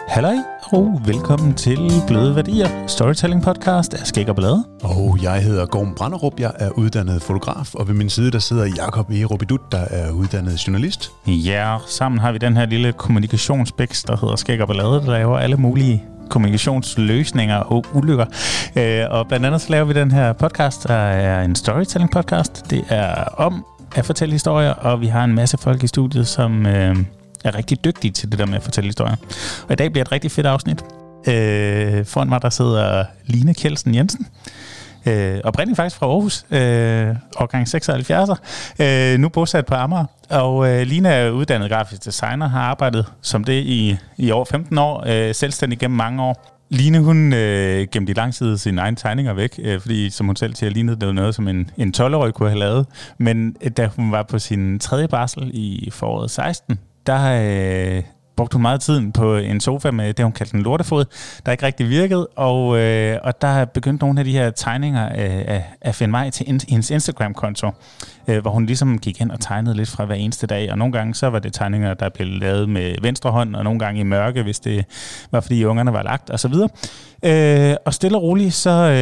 Halløj og velkommen til Bløde Værdier, storytelling podcast af Skæg og Blade. Og jeg hedder Gorm Branderup, jeg er uddannet fotograf, og ved min side der sidder Jakob E. Robidut, der er uddannet journalist. Ja, sammen har vi den her lille kommunikationsbæks, der hedder Skæg og Blade, der laver alle mulige kommunikationsløsninger og ulykker. Og blandt andet så laver vi den her podcast, der er en storytelling podcast. Det er om at fortælle historier, og vi har en masse folk i studiet, som er rigtig dygtige til det der med at fortælle historier. Og i dag bliver et rigtig fedt afsnit. Foran mig der sidder Line Kjeldsen Jensen. Oprindeligt faktisk fra Aarhus, årgang 76'er, nu bosat på Amager. Og Line er uddannet grafisk designer, har arbejdet som det i over 15 år, selvstændig gennem mange år. Line, hun gemte i lang tid sine egne tegninger væk, fordi som hun selv siger, lignede det var noget, som en 12-årig kunne have lavet. Men da hun var på sin tredje barsel i foråret 16, der brugte hun meget tiden på en sofa med det, hun kaldte en lortefod, der ikke rigtig virkede, og der begyndte nogle af de her tegninger at finde vej til hendes Instagram-konto, hvor hun ligesom gik hen og tegnede lidt fra hver eneste dag, og nogle gange så var det tegninger, der blev lavet med venstre hånd, og nogle gange i mørke, hvis det var fordi ungerne var lagt, og så videre. Og stille og roligt,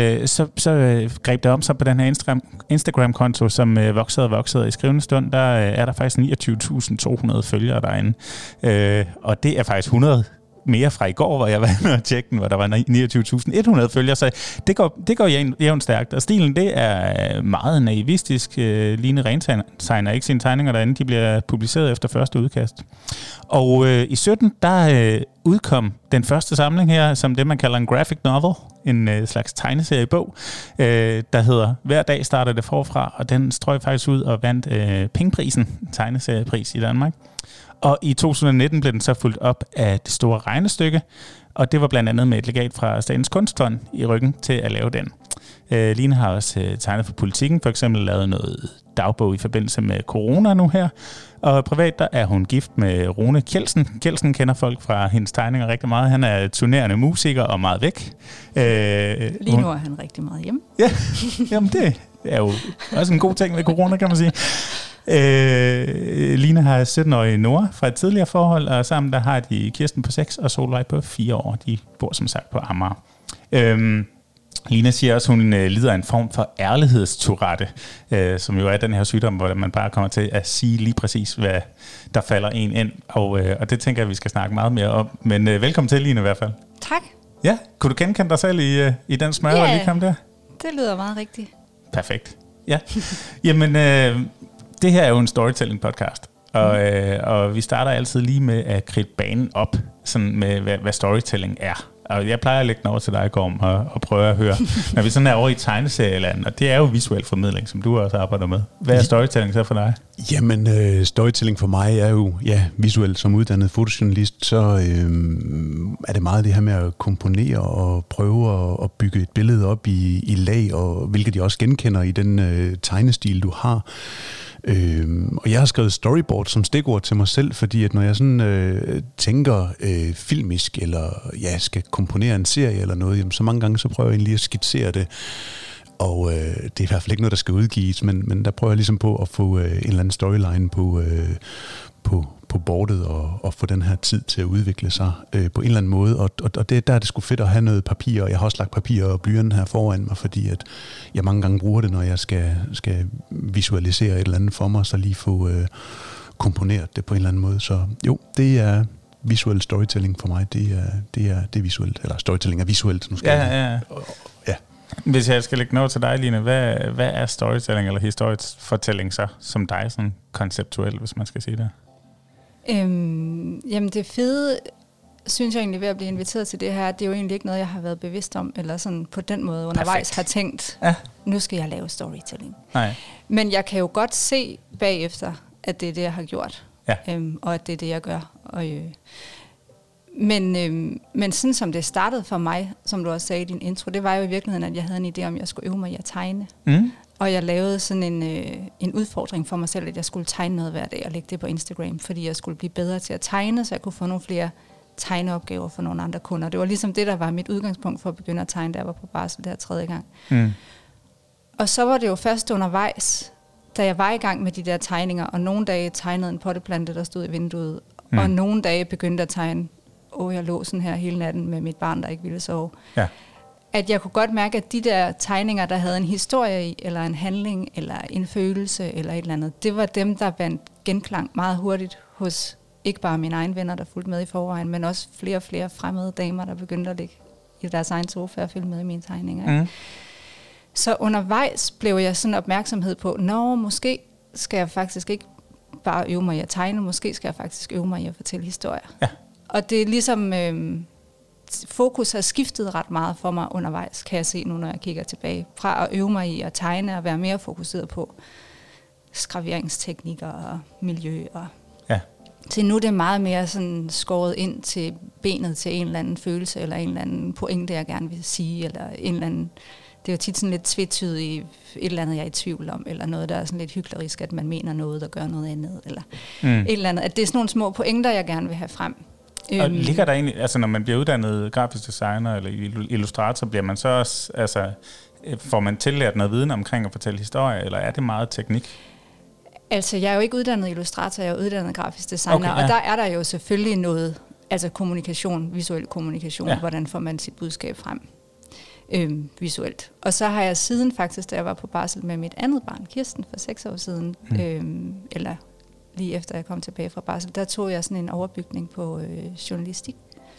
så greb det om sig på den her Instagram-konto, som voksede. I skrivende stund, der er der faktisk 29.200 følgere derinde. Og det er faktisk 100 mere fra i går, hvor jeg var inde og tjekke den, hvor der var 29.100 følgere. Så det går jævnt stærkt. Og stilen, det er meget naivistisk. Line rentegner ikke sine tegninger derinde. De bliver publiceret efter første udkast. Og i 17, der udkom den første samling her, som det, man kalder en graphic novel. En slags tegneseriebog, der hedder Hver dag starter det forfra. Og den strøg faktisk ud og vandt Pengeprisen, tegneseriepris i Danmark. Og i 2019 blev den så fulgt op af Det Store Regnestykke, og det var blandt andet med et legat fra Statens Kunstfond i ryggen til at lave den. Line har også tegnet for Politikken, for eksempel lavet noget dagbog i forbindelse med corona nu her. Og privat, der er hun gift med Rune Kjeldsen. Kjeldsen kender folk fra hendes tegninger rigtig meget. Han er turnerende musiker og meget væk. Lige nu er han rigtig meget hjemme. Ja, jamen det er jo også en god ting med corona, kan man sige. Line har 17-årige Nora fra et tidligere forhold, og sammen der har de Kirsten på 6 og Solvej på 4 år. De bor som sagt på Amager. Line siger også, at hun lider af en form for ærlighedstourette, som jo er den her sygdom, hvor man bare kommer til at sige lige præcis, hvad der falder en ind. Og det tænker jeg, vi skal snakke meget mere om. Men velkommen til, Line, i hvert fald. Tak. Ja, kunne du genkende dig selv i den smør, der lige kom der? Det lyder meget rigtigt. Perfekt. Ja. Jamen, det her er jo en storytelling podcast, og vi starter altid lige med at kridte banen op, sådan med hvad storytelling er. Og jeg plejer at lægge den over til dig, Gorm, og prøve at høre, når vi sådan er over i tegneserieland, og det er jo visuel formidling, som du også arbejder med. Hvad er storytelling så for dig? Jamen, storytelling for mig er jo, visuelt som uddannet fotojournalist, så er det meget det her med at komponere og prøve at bygge et billede op i lag, og hvilket jeg også genkender i den tegnestil, du har. Og jeg har skrevet storyboard som stikord til mig selv, fordi at når jeg sådan tænker filmisk, eller skal komponere en serie eller noget, jamen, så mange gange så prøver jeg egentlig at skitsere det. Og det er i hvert fald ikke noget, der skal udgives, men der prøver jeg ligesom på at få en eller anden storyline på boardet og få den her tid til at udvikle sig på en eller anden måde. Og der er det sgu fedt at have noget papir, og jeg har også lagt papir og blyant her foran mig, fordi at jeg mange gange bruger det, når jeg skal visualisere et eller andet for mig, så lige få komponeret det på en eller anden måde. Så jo, det er visuel storytelling for mig. Det er visuelt, eller storytelling er visuelt. Nu skal ja. Hvis jeg skal lægge noget til dig, Line, hvad er storytelling eller historisk fortælling så, som dig, sådan konceptuelt, hvis man skal sige det? Jamen det fede, synes jeg egentlig ved at blive inviteret til det her, det er jo egentlig ikke noget, jeg har været bevidst om, eller sådan på den måde undervejs har tænkt, nu skal jeg lave storytelling. Nej. Men jeg kan jo godt se bagefter, at det er det, jeg har gjort, og at det er det, jeg gør. Men sådan som det startede for mig, som du også sagde i din intro, det var jo i virkeligheden, at jeg havde en idé om, at jeg skulle øve mig i at tegne. Og jeg lavede sådan en udfordring for mig selv, at jeg skulle tegne noget hver dag og lægge det på Instagram, fordi jeg skulle blive bedre til at tegne, så jeg kunne få nogle flere tegneopgaver for nogle andre kunder. Det var ligesom det, der var mit udgangspunkt for at begynde at tegne, da jeg var på barsel der 3. gang. Og så var det jo først undervejs, da jeg var i gang med de der tegninger, og nogle dage tegnede en potteplante, der stod i vinduet, og nogle dage begyndte at tegne jeg lå sådan her hele natten med mit barn, der ikke ville sove. Ja. At jeg kunne godt mærke, at de der tegninger, der havde en historie i, eller en handling, eller en følelse, eller et eller andet, det var dem, der vandt genklang meget hurtigt hos ikke bare mine egne venner, der fulgte med i forvejen, men også flere og flere fremmede damer, der begyndte at ligge i deres egen sofa og følge med i mine tegninger. Så undervejs blev jeg sådan opmærksomhed på, måske skal jeg faktisk ikke bare øve mig i at tegne, måske skal jeg faktisk øve mig i at fortælle historier. Ja. Og det er ligesom, fokus har skiftet ret meget for mig undervejs, kan jeg se nu, når jeg kigger tilbage. Fra at øve mig i at tegne og være mere fokuseret på skraveringsteknikker og miljø. Og til nu er det meget mere sådan skåret ind til benet til en eller anden følelse, eller en eller anden pointe, jeg gerne vil sige, eller en eller anden... Det er jo tit sådan lidt tvetydigt et eller andet, jeg er i tvivl om, eller noget, der er sådan lidt hyklerisk, at man mener noget, der gør noget andet, eller et eller andet. At det er sådan nogle små pointer, jeg gerne vil have frem. Og ligger der egentlig, altså når man bliver uddannet grafisk designer eller illustrator, bliver man så også, altså får man tillært noget viden omkring at fortælle historier, eller er det meget teknik? Altså, jeg er jo ikke uddannet illustrator, jeg er uddannet grafisk designer, og der er der jo selvfølgelig noget, altså kommunikation, visuel kommunikation, hvordan får man sit budskab frem visuelt. Og så har jeg siden faktisk, da jeg var på barsel med mit andet barn, Kirsten, for 6 år siden, eller lige efter jeg kom tilbage fra barsel, der tog jeg sådan en overbygning på journalistik,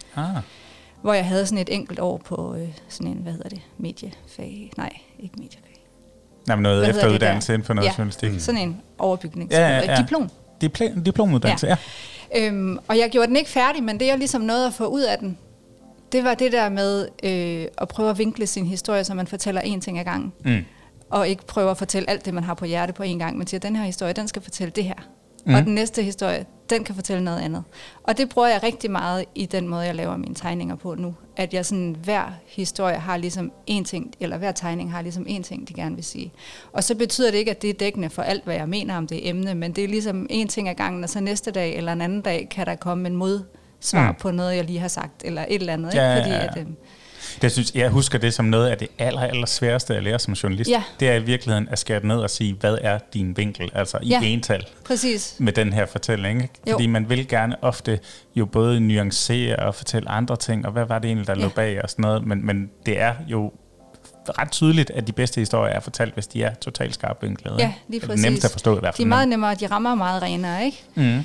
hvor jeg havde sådan et enkelt år på sådan en, mediefag, nej, ikke mediefag. Nej, men noget efteruddannelse inden for noget journalistik. Sådan en overbygning. Diplom. Diplomuddannelse, ja. Og jeg gjorde den ikke færdig, men det jeg ligesom nåede at få ud af den, det var det der med at prøve at vinkle sin historie, så man fortæller én ting ad gangen. Og ikke prøve at fortælle alt det, man har på hjerte på én gang, men siger, at den her historie, den skal fortælle det her. Og den næste historie, den kan fortælle noget andet. Og det bruger jeg rigtig meget i den måde, jeg laver mine tegninger på nu. At jeg sådan, hver historie har ligesom én ting, eller hver tegning har ligesom én ting, de gerne vil sige. Og så betyder det ikke, at det er dækkende for alt, hvad jeg mener om det emne, men det er ligesom én ting ad gangen, og så næste dag eller en anden dag, kan der komme en modsvar på noget, jeg lige har sagt, eller et eller andet. Ikke? Fordi at, det synes, jeg husker det som noget af det aller sværeste at lære som journalist. Ja. Det er i virkeligheden at skære ned og sige, hvad er din vinkel, altså i ental, præcis. Med den her fortælling. Ikke? Fordi man vil gerne ofte jo både nuancere og fortælle andre ting, og hvad var det egentlig, der lå bag og sådan noget, men det er jo ret tydeligt, at de bedste historier er fortalt, hvis de er totalt skarpt vinklede. Ja, lige præcis. Det er nemmest at forstå i hvert fald. De er meget nemmere, de rammer meget renere, ikke?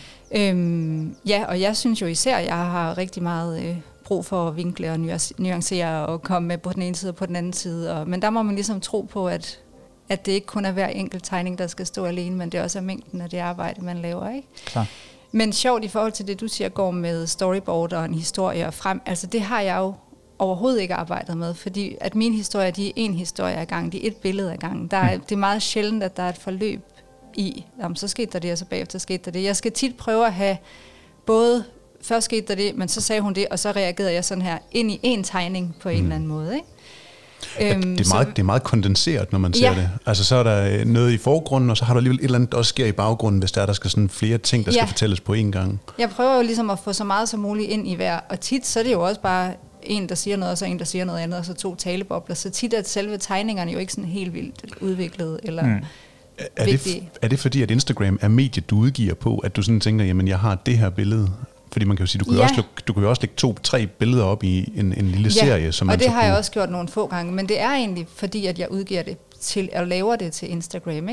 Og jeg synes jo især, at jeg har rigtig meget brug for at vinkle og nuancere og komme med på den ene side og på den anden side. Men der må man ligesom tro på, at det ikke kun er hver enkelt tegning, der skal stå alene, men det også er mængden af det arbejde, man laver, ikke? Klar. Men sjovt i forhold til det, du siger, går med storyboard og en historie og frem. Altså det har jeg jo overhovedet ikke arbejdet med, fordi at mine historier, de er en historie ad gangen, de er et billede ad gangen. Det er meget sjældent, at der er et forløb i, jamen, så skete der det, og så bagefter skete der det. Jeg skal tit prøve at have både, først skete der det, men så sagde hun det, og så reagerede jeg sådan her ind i en tegning på en eller anden måde, ikke? Det er meget kondenseret, når man ser det. Altså så er der noget i forgrunden, og så har der alligevel et eller andet, der også sker i baggrunden, hvis der skal sådan flere ting, der skal fortælles på én gang. Jeg prøver jo ligesom at få så meget som muligt ind i hver, og tit så er det jo også bare en, der siger noget, og så en, der siger noget andet, og så 2 talebobler. Så tit er selve tegningerne jo ikke sådan helt vildt udviklet, eller vigtige. Er det fordi, at Instagram er mediet, du udgiver på, at du sådan tænker, jamen jeg har det her billede? Fordi man kan jo sige, du kan jo også lægge 2-3 billeder op i en lille serie. Som og det har jeg også gjort nogle få gange, men det er egentlig fordi, at jeg udgiver det til, og laver det til Instagram,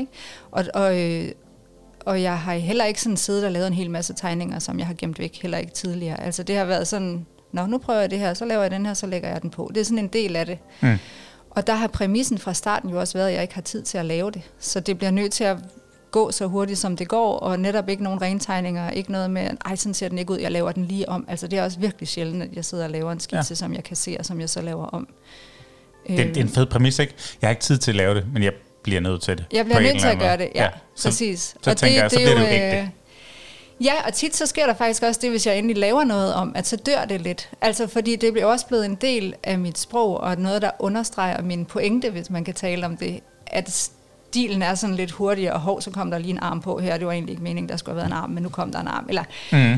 ikke? Og jeg har heller ikke sådan siddet og lavet en hel masse tegninger, som jeg har gemt væk, heller ikke tidligere. Altså det har været sådan, nu prøver jeg det her, så laver jeg den her, så lægger jeg den på. Det er sådan en del af det. Og der har præmissen fra starten jo også været, at jeg ikke har tid til at lave det. Så det bliver nødt til at gå så hurtigt, som det går, og netop ikke nogen rentegninger, ikke noget med, sådan ser den ikke ud, jeg laver den lige om. Altså det er også virkelig sjældent, at jeg sidder og laver en skitse, som jeg kan se, og som jeg så laver om. Det er en fed præmis, ikke? Jeg har ikke tid til at lave det, men jeg bliver nødt til det. Jeg bliver nødt til at gøre det, præcis. Så tænker jeg, så bliver det jo ægte. Ja, og tit så sker der faktisk også det, hvis jeg endelig laver noget om, at så dør det lidt. Altså fordi det bliver også blevet en del af mit sprog, og noget, der understreger min pointe, hvis man kan tale om det, at stilen er sådan lidt hurtigere, og så kom der lige en arm på her. Det var egentlig ikke meningen, der skulle have været en arm, men nu kom der en arm. Eller,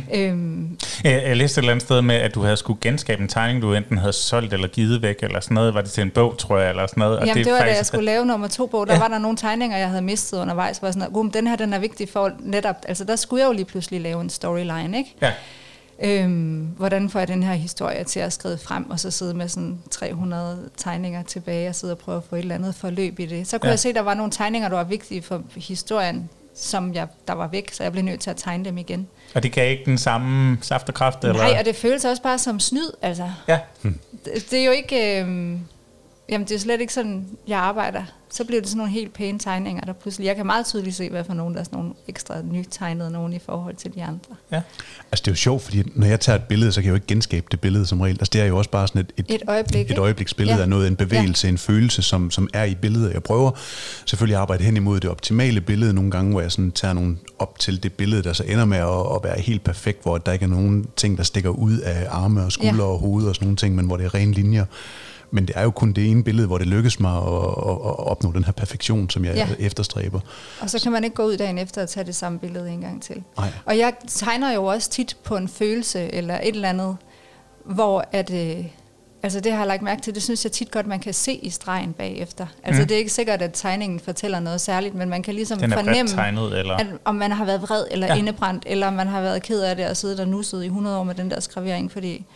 jeg læste et eller andet sted med, at du havde skulle genskabe en tegning, du enten havde solgt eller givet væk, eller sådan noget. Var det til en bog, tror jeg, eller sådan noget? Og jamen, det var faktisk, da jeg skulle lave nummer 2 bog. Der var der nogle tegninger, jeg havde mistet undervejs. Var sådan, den her, den er vigtig for netop. Altså, der skulle jeg jo lige pludselig lave en storyline, ikke? Ja. Hvordan får jeg den her historie til at skrive frem, og så sidde med sådan 300 tegninger tilbage, og sidde og prøve at få et eller andet forløb i det. Så kunne jeg se, at der var nogle tegninger, der var vigtige for historien, der var væk, så jeg blev nødt til at tegne dem igen. Og det gav ikke den samme saft og kraft? Eller? Nej, og det føles også bare som snyd, altså. Ja. Det er jo ikke... Jamen, det er slet ikke sådan, jeg arbejder. Så bliver det sådan nogle helt pæne tegninger, der pludselig... Jeg kan meget tydeligt se, hvad for nogen, der er sådan nogle ekstra nytegnede nogen i forhold til de andre. Ja. Altså, det er jo sjovt, fordi når jeg tager et billede, så kan jeg jo ikke genskabe det billede som regel. Altså, det er jo også bare sådan et øjebliksbillede af noget, en bevægelse, en følelse, som er i billedet. Jeg prøver selvfølgelig at arbejde hen imod det optimale billede nogle gange, hvor jeg sådan tager nogle op til det billede, der så ender med at være helt perfekt, hvor der ikke er nogen ting, der stikker ud af arme og skuldre og hoved og sådan nogle ting, men hvor det er rene linjer. Men det er jo kun det ene billede, hvor det lykkes mig at opnå den her perfektion, som jeg efterstræber. Og så kan man ikke gå ud dagen efter at tage det samme billede en gang til. Nej. Og jeg tegner jo også tit på en følelse eller et eller andet, hvor at... altså det har jeg lagt mærke til, det synes jeg tit godt, man kan se i stregen bagefter. Altså det er ikke sikkert, at tegningen fortæller noget særligt, men man kan ligesom fornemme, tegnet, eller? At, om man har været vred eller indebrændt, eller om man har været ked af det og siddet og nusset i 100 år med den der skravering, fordi...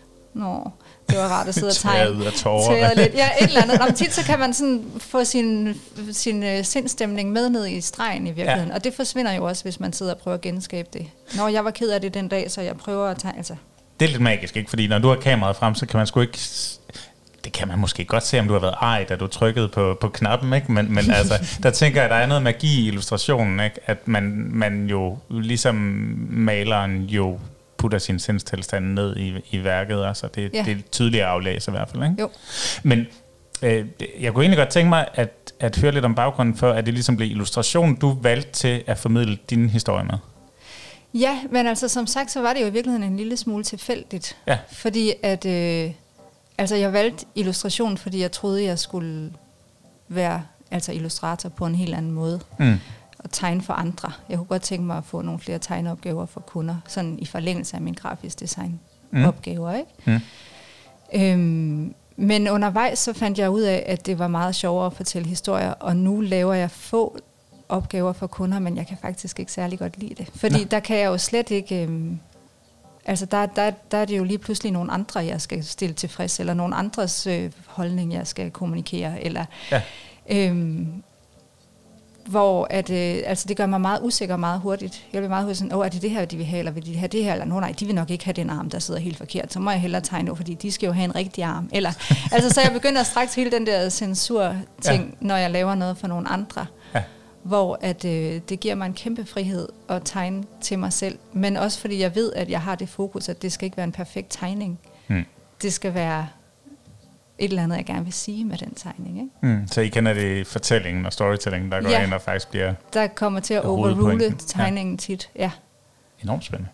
det var rart at sidde og tegne. Lidt. Ja, et eller andet. Om tit så kan man sådan få sin sindstemning med ned i stregen i virkeligheden. Ja. Og det forsvinder jo også, hvis man sidder og prøver at genskabe det. Når jeg var ked af det den dag, så jeg prøver at tegne. Altså. Det er lidt magisk, ikke? Fordi når du har kameraet frem, så kan man sgu ikke... Det kan man måske godt se, om du har været da du trykkede på knappen, ikke? Men altså, der tænker jeg, at der er noget magi i illustrationen, ikke? At man jo, ligesom maleren jo putter sin sindstilstand ned i værket, altså det er tydeligere aflæs i hvert fald, ikke? Jo. Men jeg kunne egentlig godt tænke mig at høre lidt om baggrunden for, at det ligesom blev illustration, du valgte til at formidle din historie med. Ja, men altså som sagt, så var det jo i virkeligheden en lille smule tilfældigt. Ja. Fordi at, altså jeg valgte illustration, fordi jeg troede, jeg skulle være illustrator på en helt anden måde. Og tegne for andre. Jeg kunne godt tænke mig at få nogle flere tegneopgaver for kunder, sådan i forlængelse af min grafisk design opgaver, ikke? Men undervejs så fandt jeg ud af, at det var meget sjovere at fortælle historier, og nu laver jeg få opgaver for kunder, men jeg kan faktisk ikke særlig godt lide det. Fordi der kan jeg jo slet ikke... altså der er det jo lige pludselig nogle andre, jeg skal stille tilfreds, eller nogle andres holdning, jeg skal kommunikere, eller... hvor at, altså det gør mig meget usikker meget hurtigt. Jeg bliver meget hurtigt sådan, er det her, de vil have, eller vil de have det her, eller nej, de vil nok ikke have den arm, der sidder helt forkert, så må jeg hellere tegne, fordi de skal jo have en rigtig arm. Eller, altså, så jeg begynder at straks hele den der censur-ting, når jeg laver noget for nogle andre, hvor at, det giver mig en kæmpe frihed at tegne til mig selv, men også fordi jeg ved, at jeg har det fokus, at det skal ikke være en perfekt tegning. Det skal være et eller andet, jeg gerne vil sige med den tegning, ikke? Så I kender det fortællingen og storytellingen, der går ind og faktisk bliver... Der kommer til at overrule tegningen tit, Enormt spændende.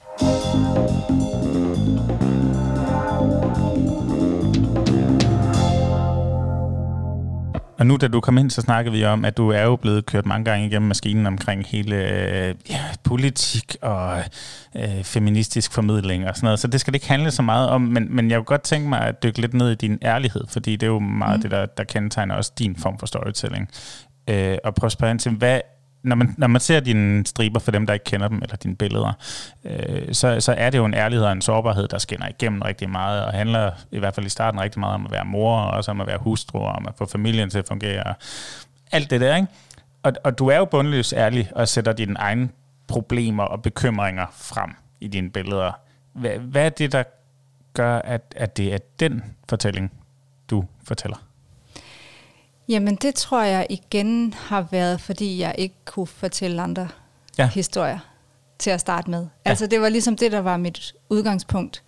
Og nu, da du kom ind, så snakkede vi om, at du er jo blevet kørt mange gange igennem maskinen omkring hele politik og feministisk formidling og sådan noget. Så det skal det ikke handle så meget om, men jeg kunne godt tænke mig at dykke lidt ned i din ærlighed, fordi det er jo meget det, der kendetegner også din form for storytelling. Og prøv at spørge ind til, hvad... Når man ser dine striber, for dem, der ikke kender dem, eller dine billeder, så er det jo en ærlighed og en sårbarhed, der skinner igennem rigtig meget, og handler i hvert fald i starten rigtig meget om at være mor, og også om at være hustru, og om at få familien til at fungere. Alt det der, ikke? Og du er jo bundløs ærlig, og sætter dine egne problemer og bekymringer frem i dine billeder. Hvad er det, der gør, at det er den fortælling, du fortæller? Jamen det tror jeg igen har været, fordi jeg ikke kunne fortælle andre historier til at starte med. Altså det var ligesom det, der var mit udgangspunkt.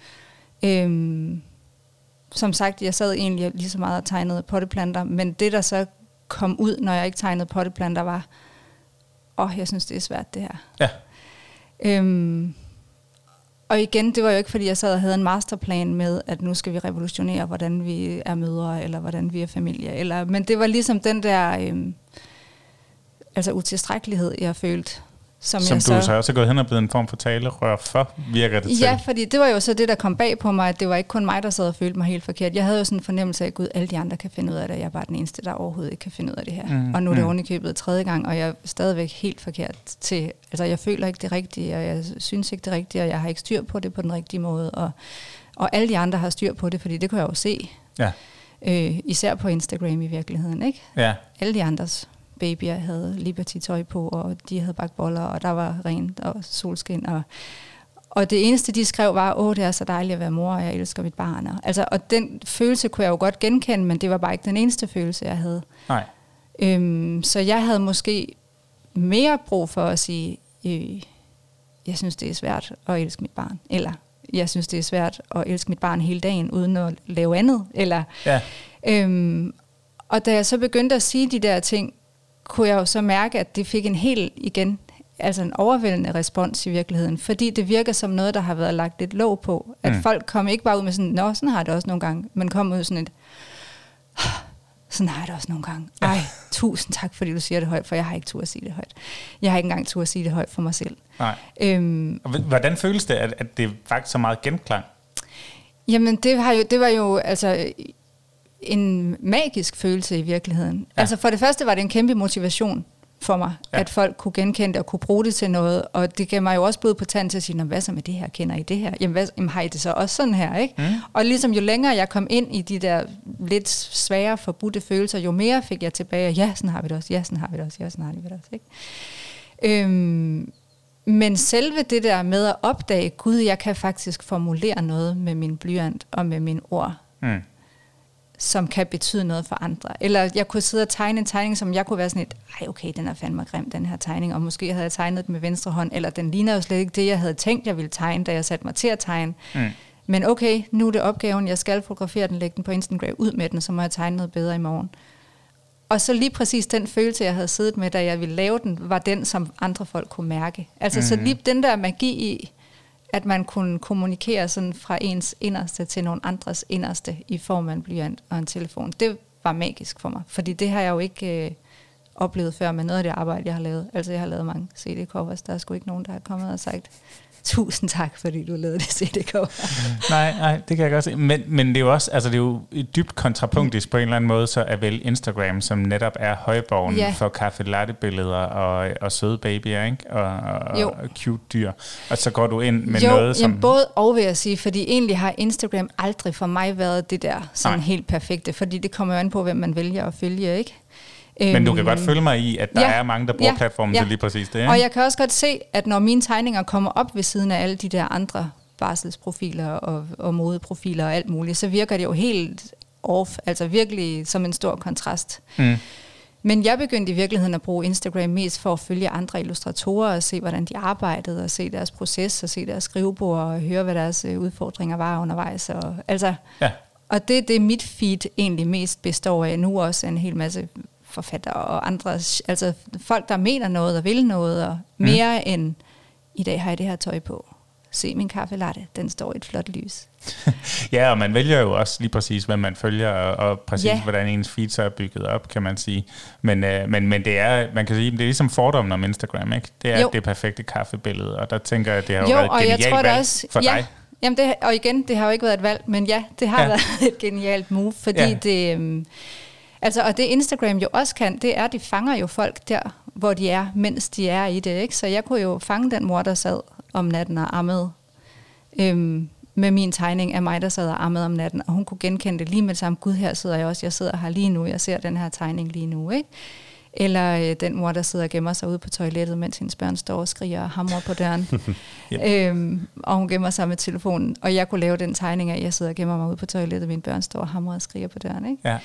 Som sagt, jeg sad egentlig lige så meget og tegnede potteplanter, men det der så kom ud, når jeg ikke tegnede potteplanter, var, jeg synes det er svært det her. Ja. Og igen, det var jo ikke, fordi jeg sad og havde en masterplan med, at nu skal vi revolutionere, hvordan vi er mødre, eller hvordan vi er familie. Men det var ligesom den der utilstrækkelighed, jeg følte, Som du så også er gået hen og blevet en form for talerør for, virker det til. Ja, fordi det var jo så det, der kom bag på mig, at det var ikke kun mig, der sad og følte mig helt forkert. Jeg havde jo sådan en fornemmelse af, at Gud, alle de andre kan finde ud af det, og jeg er bare den eneste, der overhovedet ikke kan finde ud af det her. Og nu er det ovenikøbet 3. gang, og jeg er stadigvæk helt forkert til, altså jeg føler ikke det rigtige, og jeg synes ikke det rigtige, og jeg har ikke styr på det på den rigtige måde, og alle de andre har styr på det, fordi det kunne jeg jo se. Ja. Især på Instagram i virkeligheden, ikke? Ja. Alle de andres babyer havde Liberty-tøj på, og de havde bagt boller, og der var rent og solskin. Og det eneste, de skrev, var, det er så dejligt at være mor, og jeg elsker mit barn. Og den følelse kunne jeg jo godt genkende, men det var bare ikke den eneste følelse, jeg havde. Nej. Så jeg havde måske mere brug for at sige, jeg synes, det er svært at elske mit barn. Eller, jeg synes, det er svært at elske mit barn hele dagen, uden at lave andet. Eller, ja. Og da jeg så begyndte at sige de der ting, kunne jeg jo så mærke, at det fik en overvældende respons i virkeligheden, fordi det virker som noget, der har været lagt lidt låg på. At folk kom ikke bare ud med sådan, sådan har jeg det også nogle gange, men kom ud sådan et, sådan har jeg det også nogle gange. Ej, tusind tak, fordi du siger det højt, for jeg har ikke tur at sige det højt. Jeg har ikke engang tur at sige det højt for mig selv. Nej. Hvordan føles det, at det faktisk så meget genklang? Jamen, det var jo altså en magisk følelse i virkeligheden. Ja. Altså for det første var det en kæmpe motivation for mig, at folk kunne genkende det og kunne bruge det til noget, og det gav mig jo også blod på tanden til at sige, hvad så med det her, kender I det her? Jamen har I det så også sådan her, ikke? Og ligesom jo længere jeg kom ind i de der lidt svære, forbudte følelser, jo mere fik jeg tilbage, ja, sådan har vi det også, ja, sådan har vi det også, ja, sådan har vi det også, ikke? Men selve det der med at opdage, Gud, jeg kan faktisk formulere noget med min blyant og med mine ord, som kan betyde noget for andre. Eller jeg kunne sidde og tegne en tegning, som jeg kunne være sådan et, okay, den er fandme grim, den her tegning, og måske havde jeg tegnet den med venstre hånd, eller den ligner jo slet ikke det, jeg havde tænkt, jeg ville tegne, da jeg satte mig til at tegne. Men okay, nu er det opgaven, jeg skal fotografere den, lægge den på Instagram, ud med den, så må jeg tegne noget bedre i morgen. Og så lige præcis den følelse, jeg havde siddet med, da jeg ville lave den, var den, som andre folk kunne mærke. Altså så lige den der magi i, at man kunne kommunikere sådan fra ens inderste til nogle andres inderste i form af en blyant og en telefon. Det var magisk for mig, fordi det har jeg jo ikke oplevet før med noget af det arbejde, jeg har lavet. Altså jeg har lavet mange CD-covers, der er sgu ikke nogen, der har kommet og sagt, tusind tak, fordi du lavede det CD-cover. Nej, det kan jeg godt se. Men det er jo også, altså det er jo et dybt kontrapunktisk på en eller anden måde, så er vel Instagram, som netop er højborgen for kaffe latte-billeder og søde babyer, ikke? Og cute dyr. Og så går du ind med noget, som... både og vil jeg sige, fordi egentlig har Instagram aldrig for mig været det der sådan helt perfekte, fordi det kommer jo an på, hvem man vælger at følge, ikke? Men du kan godt følge mig i, at der er mange, der bruger platformen til lige præcis det. Ikke? Og jeg kan også godt se, at når mine tegninger kommer op ved siden af alle de der andre barselsprofiler og modeprofiler og alt muligt, så virker det jo helt off, altså virkelig som en stor kontrast. Men jeg begyndte i virkeligheden at bruge Instagram mest for at følge andre illustratorer og se, hvordan de arbejdede, og se deres proces, og se deres skrivebord, og høre, hvad deres udfordringer var undervejs. Og det mit feed egentlig mest består af nu også en hel masse forfattere og andre, altså folk, der mener noget og vil noget, og mere end, i dag har jeg det her tøj på. Se min kaffe latte, den står i et flot lys. Ja, og man vælger jo også lige præcis, hvad man følger, og præcis hvordan ens feed så er bygget op, kan man sige. Men det er, man kan sige, det er ligesom fordommen om Instagram, ikke? Det er det perfekte kaffebillede, og der tænker jeg, det har jo været et genialt valg for dig. Jamen og igen, det har jo ikke været et valg, men det har været et genialt move, fordi det... Altså, og det Instagram jo også kan, det er, at de fanger jo folk der, hvor de er, mens de er i det, ikke? Så jeg kunne jo fange den mor, der sad om natten og ammede, med min tegning af mig, der sad og ammede om natten, og hun kunne genkende det lige med det samme. Gud, her sidder jeg også, jeg sidder her lige nu, jeg ser den her tegning lige nu, ikke? Eller den mor, der sidder og gemmer sig ude på toilettet, mens hendes børn står og skriger og hamrer på døren. Og hun gemmer sig med telefonen, og jeg kunne lave den tegning af, at jeg sidder og gemmer mig ude på toilettet, mine børn står og hamrer og skriger på døren, ikke? Ja.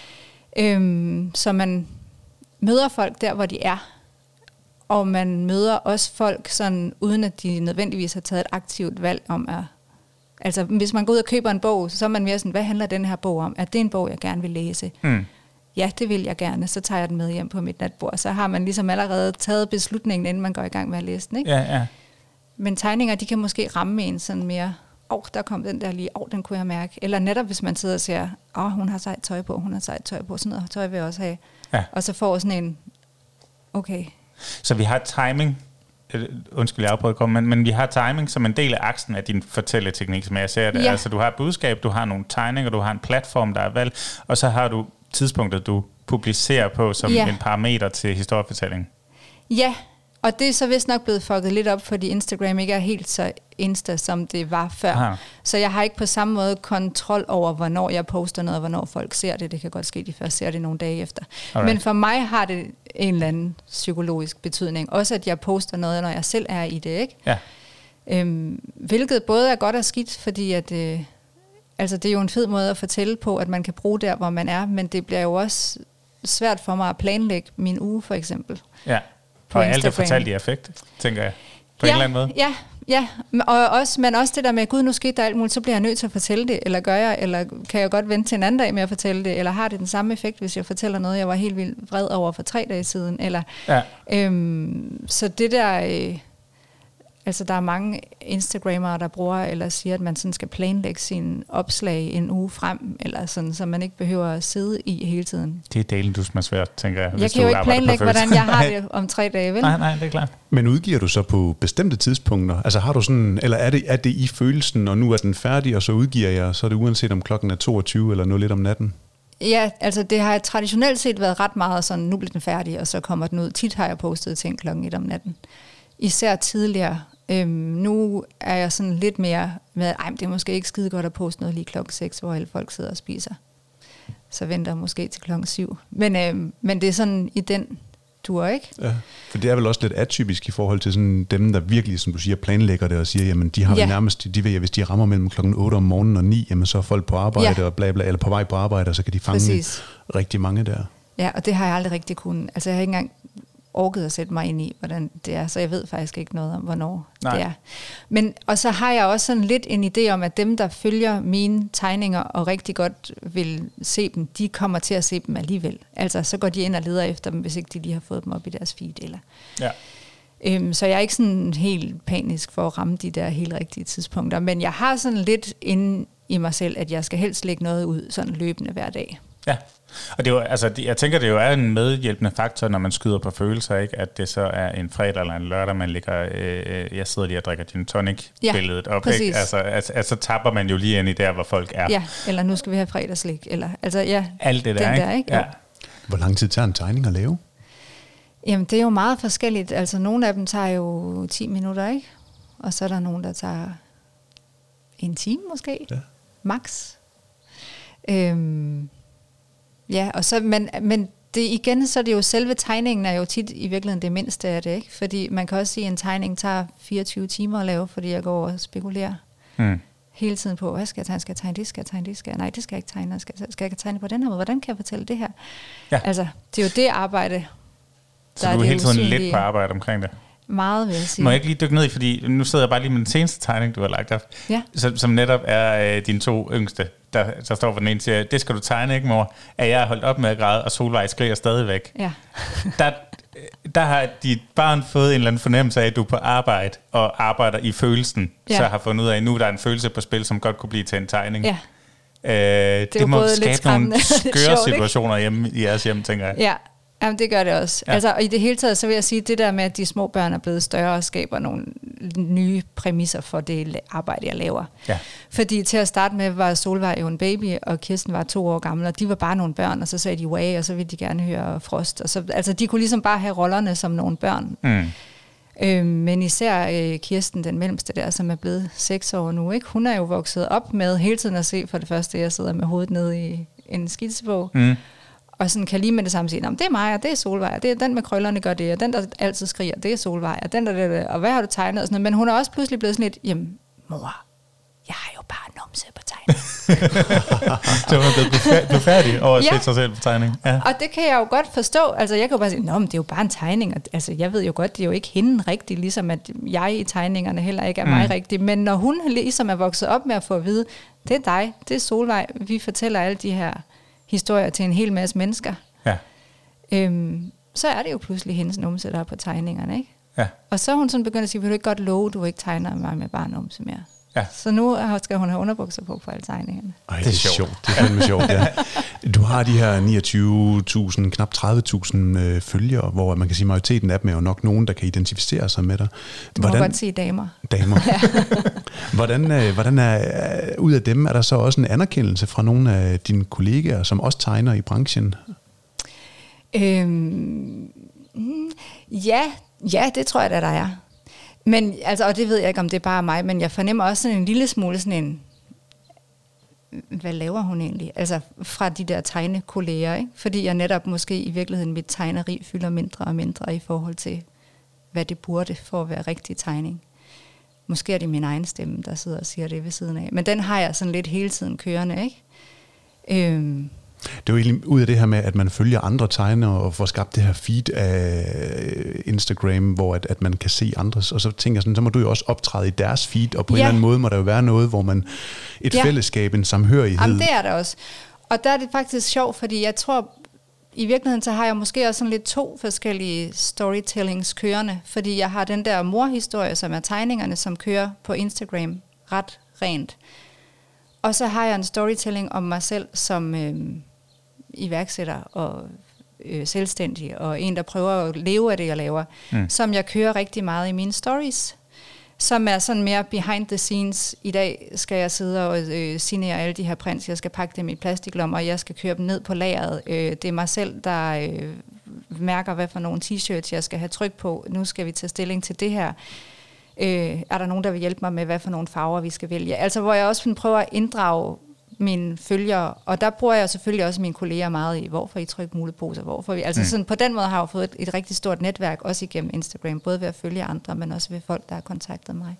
Så man møder folk der, hvor de er, og man møder også folk sådan, uden at de nødvendigvis har taget et aktivt valg om at... Altså, hvis man går ud og køber en bog, så er man mere sådan, hvad handler den her bog om? Er det en bog, jeg gerne vil læse? Ja, det vil jeg gerne. Så tager jeg den med hjem på mit natbord. Så har man ligesom allerede taget beslutningen, inden man går i gang med at læse den, ikke? Ja. Men tegninger, de kan måske ramme en sådan mere... der kom den der lige, den kunne jeg mærke. Eller netop, hvis man sidder og siger, hun har sejt tøj på, sådan noget tøj vil jeg også have. Ja. Og så får sådan en, okay. Så vi har timing undskyld, jeg afbryder, men vi har timing som en del af aksen af din fortælleteknik, som jeg ser det. Ja. Altså, du har et budskab, du har nogle tegninger, du har en platform, der er valg, og så har du tidspunktet, du publicerer på som en parameter til historiefortælling. Ja, og det er så vist nok blevet fucket lidt op, fordi Instagram ikke er helt så insta, som det var før. Aha. Så jeg har ikke på samme måde kontrol over, hvornår jeg poster noget, og hvornår folk ser det. Det kan godt ske, at de først ser det nogle dage efter. Alright. Men for mig har det en eller anden psykologisk betydning. Også at jeg poster noget, når jeg selv er i det, ikke? Ja. Hvilket både er godt og skidt, fordi at, altså det er jo en fed måde at fortælle på, at man kan bruge der, hvor man er, men det bliver jo også svært for mig at planlægge min uge, for eksempel. Ja. Og alt er fortalt i affekt, tænker jeg. På en eller anden måde. Ja. Men også det der med, gud, nu skete der alt muligt, så bliver jeg nødt til at fortælle det, eller gør jeg, eller kan jeg godt vente til en anden dag med at fortælle det, eller har det den samme effekt, hvis jeg fortæller noget, jeg var helt vildt vred over for 3 dage siden, eller så det der, altså der er mange Instagrammere, der bruger, eller siger, at man sådan skal planlægge sin opslag en uge frem, eller sådan, så man ikke behøver at sidde i hele tiden. Det er delen, du er svært, tænker jeg. Jeg kan jo ikke planlægge, hvordan jeg har det om 3 dage, vel? Nej, det er klart. Men udgiver du så på bestemte tidspunkter? Altså har du sådan, eller er det i følelsen, og nu er den færdig, og så udgiver jeg, så er det uanset om klokken er 22 eller 01 om natten? Ja, altså det har traditionelt set været ret meget sådan, nu bliver den færdig, og så kommer den ud. Tit har jeg postet ting klokken 1 om natten. Især tidligere. Nu er jeg sådan lidt mere med, det er måske ikke skide godt at poste noget lige klokken 6, hvor alle folk sidder og spiser. Så venter jeg måske til klokken 7. Men det er sådan i den dur, ikke? Ja, for det er vel også lidt atypisk i forhold til sådan dem, der virkelig, som du siger, planlægger det og siger, jamen de har vel nærmest, de ved, hvis de rammer mellem klokken 8 om morgenen og 9, jamen så er folk på arbejde og bla bla, eller på vej på arbejde, og så kan de fange rigtig mange der. Ja, og det har jeg aldrig rigtig kunnet. Altså jeg har ikke engang orket at sætte mig ind i, hvordan det er, så jeg ved faktisk ikke noget om, hvornår det er. Men, og så har jeg også sådan lidt en idé om, at dem, der følger mine tegninger og rigtig godt vil se dem, de kommer til at se dem alligevel. Altså, så går de ind og leder efter dem, hvis ikke de lige har fået dem op i deres feed. Eller. Ja. Så jeg er ikke sådan helt panisk for at ramme de der helt rigtige tidspunkter, men jeg har sådan lidt inde i mig selv, at jeg skal helst lægge noget ud sådan løbende hver dag. Ja. Og det er jo, altså, jeg tænker, det jo er en medhjælpende faktor, når man skyder på følelser, ikke? At det så er en fredag eller en lørdag, man ligger, jeg sidder lige og drikker gin tonic-billedet op, ikke? Altså, så tapper man jo lige ind i der, hvor folk er. Ja, eller nu skal vi have fredagslik, eller altså alt det der, ikke? Ja. Hvor lang tid tager en tegning at lave? Jamen, det er jo meget forskelligt. Altså, nogle af dem tager jo 10 minutter, ikke? Og så er der nogen, der tager 1 time måske, max. Ja, og så, men det igen, så er det jo selve tegningen er jo tit i virkeligheden det mindste af det, ikke? Fordi man kan også sige, at en tegning tager 24 timer at lave, fordi jeg går og spekulerer hele tiden på, hvad skal jeg tegne? Skal jeg tegne det? Skal jeg tegne det? Nej, det skal jeg ikke tegne. Skal jeg tegne på den her måde? Hvordan kan jeg fortælle det her? Ja. Altså, det er jo det arbejde, så du er hele tiden lidt på arbejde omkring det? Meget, vil jeg sige. Må jeg ikke lige dykke ned i, fordi nu sidder jeg bare lige med den seneste tegning, du har lagt op, som netop er dine 2 yngste, der står for den ene og siger, det skal du tegne, ikke mor? At jeg har holdt op med at græde, og Solvej skriger stadigvæk. Ja. der har dit barn fået en eller anden fornemmelse af, at du er på arbejde, og arbejder i følelsen, så har fundet ud af, at nu der er en følelse på spil, som godt kunne blive til en tegning. Ja. Det må skabe nogle skøre situationer hjemme i jeres hjem, tænker jeg. Ja. Jamen, det gør det også. Ja. Altså, og i det hele taget, så vil jeg sige, det der med, at de små børn er blevet større og skaber nogle nye præmisser for det arbejde, jeg laver. Ja. Fordi til at starte med var Solvej jo en baby, og Kirsten var 2 år gammel, og de var bare nogle børn, og så sagde de way, og så ville de gerne høre Frost. Og så, altså, de kunne ligesom bare have rollerne som nogle børn. Men især Kirsten, den mellemste der, som er blevet 6 år nu, ikke? Hun er jo vokset op med hele tiden at se, for det første, jeg sidder med hovedet nede i en skitsebog, og sådan kan lige med det samme sige, det er mig, og det er Solvej, og det er den med krøllerne gør det, og den, der altid skriger, det er Solvej, og den der, og hvad har du tegnet? Og sådan noget. Men hun er også pludselig blevet sådan lidt, jamen, mor, jeg har jo bare numse på tegning. Så hun er blevet færdig over at sætte sig selv på tegning. Ja. Og det kan jeg jo godt forstå. Altså, jeg kan jo bare sige, men det er jo bare en tegning. Og, altså, jeg ved jo godt, det er jo ikke hende rigtigt, ligesom at jeg i tegningerne heller ikke er mig rigtig. Men når hun ligesom er vokset op med at få at vide, det er dig, det er Solvej, vi fortæller alle de her historier til en hel masse mennesker, så er det jo pludselig hendes numse, der er på tegningerne, ikke? Ja. Og så er hun sådan begyndt at sige, vil du ikke godt love, du ikke tegner mig med bare numse mere? Ja. Så nu skal hun have underbukser på alle tegningerne. Ej, det er sjovt. Det er fandme sjovt, ja. Du har de her 29.000, knap 30.000 følgere, hvor man kan sige, at majoriteten af dem er jo nok nogen, der kan identificere sig med dig. Du må godt sige damer. Damer. Hvordan er ud af dem, er der så også en anerkendelse fra nogle af dine kollegaer, som også tegner i branchen? Ja, det tror jeg da, der er. Men, altså, og det ved jeg ikke, om det er bare mig, men jeg fornemmer også sådan en lille smule sådan en, hvad laver hun egentlig? Altså fra de der tegnekolleger, ikke? Fordi jeg netop måske i virkeligheden mit tegneri fylder mindre og mindre i forhold til, hvad det burde for at være rigtig tegning. Måske er det min egen stemme, der sidder og siger det ved siden af. Men den har jeg sådan lidt hele tiden kørende, ikke? Det er jo egentlig ud af det her med, at man følger andre tegnere og får skabt det her feed af Instagram, hvor at man kan se andres, og så tænker jeg sådan, så må du jo også optræde i deres feed, og på en eller anden måde må der jo være noget, hvor man et fællesskab, en samhørighed. Jamen det er der også. Og der er det faktisk sjovt, fordi jeg tror, i virkeligheden så har jeg måske også sådan lidt 2 forskellige storytellings kørende, fordi jeg har den der morhistorie, som er tegningerne, som kører på Instagram ret rent. Og så har jeg en storytelling om mig selv som iværksætter og selvstændig, og en, der prøver at leve af det, jeg laver, som jeg kører rigtig meget i mine stories, som er sådan mere behind the scenes. I dag skal jeg sidde og signere alle de her prints, jeg skal pakke dem i plastiklommer, og jeg skal køre dem ned på lageret. Det er mig selv, der mærker, hvad for nogle t-shirts jeg skal have tryk på. Nu skal vi tage stilling til det her. Er der nogen, der vil hjælpe mig med, hvad for nogle farver vi skal vælge? Altså, hvor jeg også prøver at inddrage mine følgere, og der bruger jeg selvfølgelig også mine kolleger meget i, hvorfor I trykker muleposer, hvorfor vi... Altså sådan, på den måde har jeg fået et rigtig stort netværk, også igennem Instagram, både ved at følge andre, men også ved folk, der har kontaktet mig.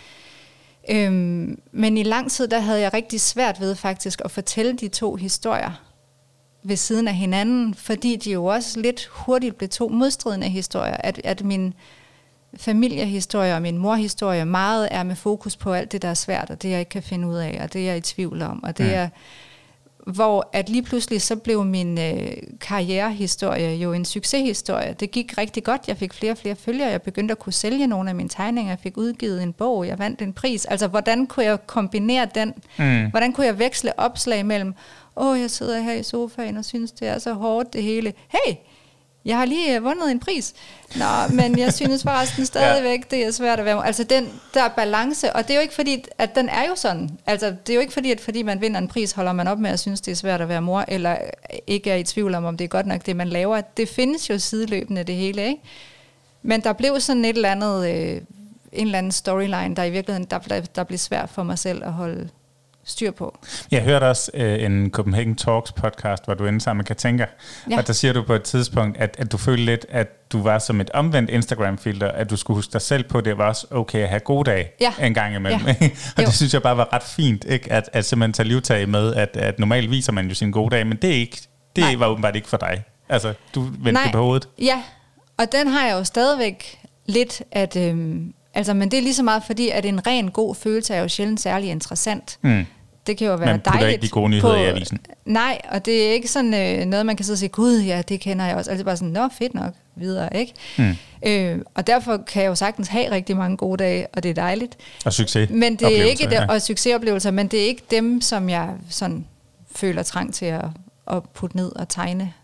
Ja. Men i lang tid, der havde jeg rigtig svært ved faktisk at fortælle de 2 historier ved siden af hinanden, fordi de jo også lidt hurtigt blev 2 modstridende historier, at min familiehistorie og min morhistorie meget er med fokus på alt det, der er svært, og det, jeg ikke kan finde ud af, og det, jeg er i tvivl om, og det er, hvor at lige pludselig så blev min karrierehistorie jo en succeshistorie. Det gik rigtig godt, jeg fik flere og flere følgere, jeg begyndte at kunne sælge nogle af mine tegninger, jeg fik udgivet en bog, jeg vandt en pris. Altså, hvordan kunne jeg kombinere den? Hvordan kunne jeg veksle opslag mellem, jeg sidder her i sofaen og synes, det er så hårdt det hele. Hey! Jeg har lige vundet en pris. Nå, men jeg synes forresten stadigvæk, det er svært at være... Altså den der balance, og det er jo ikke fordi, at den er jo sådan. Altså det er jo ikke fordi, at fordi man vinder en pris, holder man op med at synes, det er svært at være mor, eller ikke er i tvivl om det er godt nok, det man laver. Det findes jo sideløbende det hele, ikke? Men der blev sådan et eller andet, en eller anden storyline, der i virkeligheden, der blev svært for mig selv at holde styr på. Jeg hørte også en Copenhagen Talks podcast, hvor du endte sammen med Katinka, og der siger du på et tidspunkt, at du følte lidt, at du var som et omvendt Instagram-filter, at du skulle huske dig selv på, det var også okay at have gode dage en gang imellem. Ja. Og det synes jeg bare var ret fint, ikke? At simpelthen tage livtag med, at normalt viser man jo sine gode dage, men det var åbenbart ikke for dig. Altså, du vendte det på hovedet. Ja, og den har jeg jo stadigvæk lidt, at... Altså, men det er lige så meget fordi, at en ren god følelse er jo sjældent særlig interessant. Det kan jo være dejligt. Man putter ikke de gode nyheder i avisen. Nej, og det er ikke sådan noget, man kan sidde og sige, gud, ja, det kender jeg også. Altså bare sådan, fedt nok, videre, ikke? Og derfor kan jeg jo sagtens have rigtig mange gode dage, og det er dejligt. Og succesoplevelser. Men det er ikke og succesoplevelser, men det er ikke dem, som jeg sådan føler trang til at putte ned og tegne.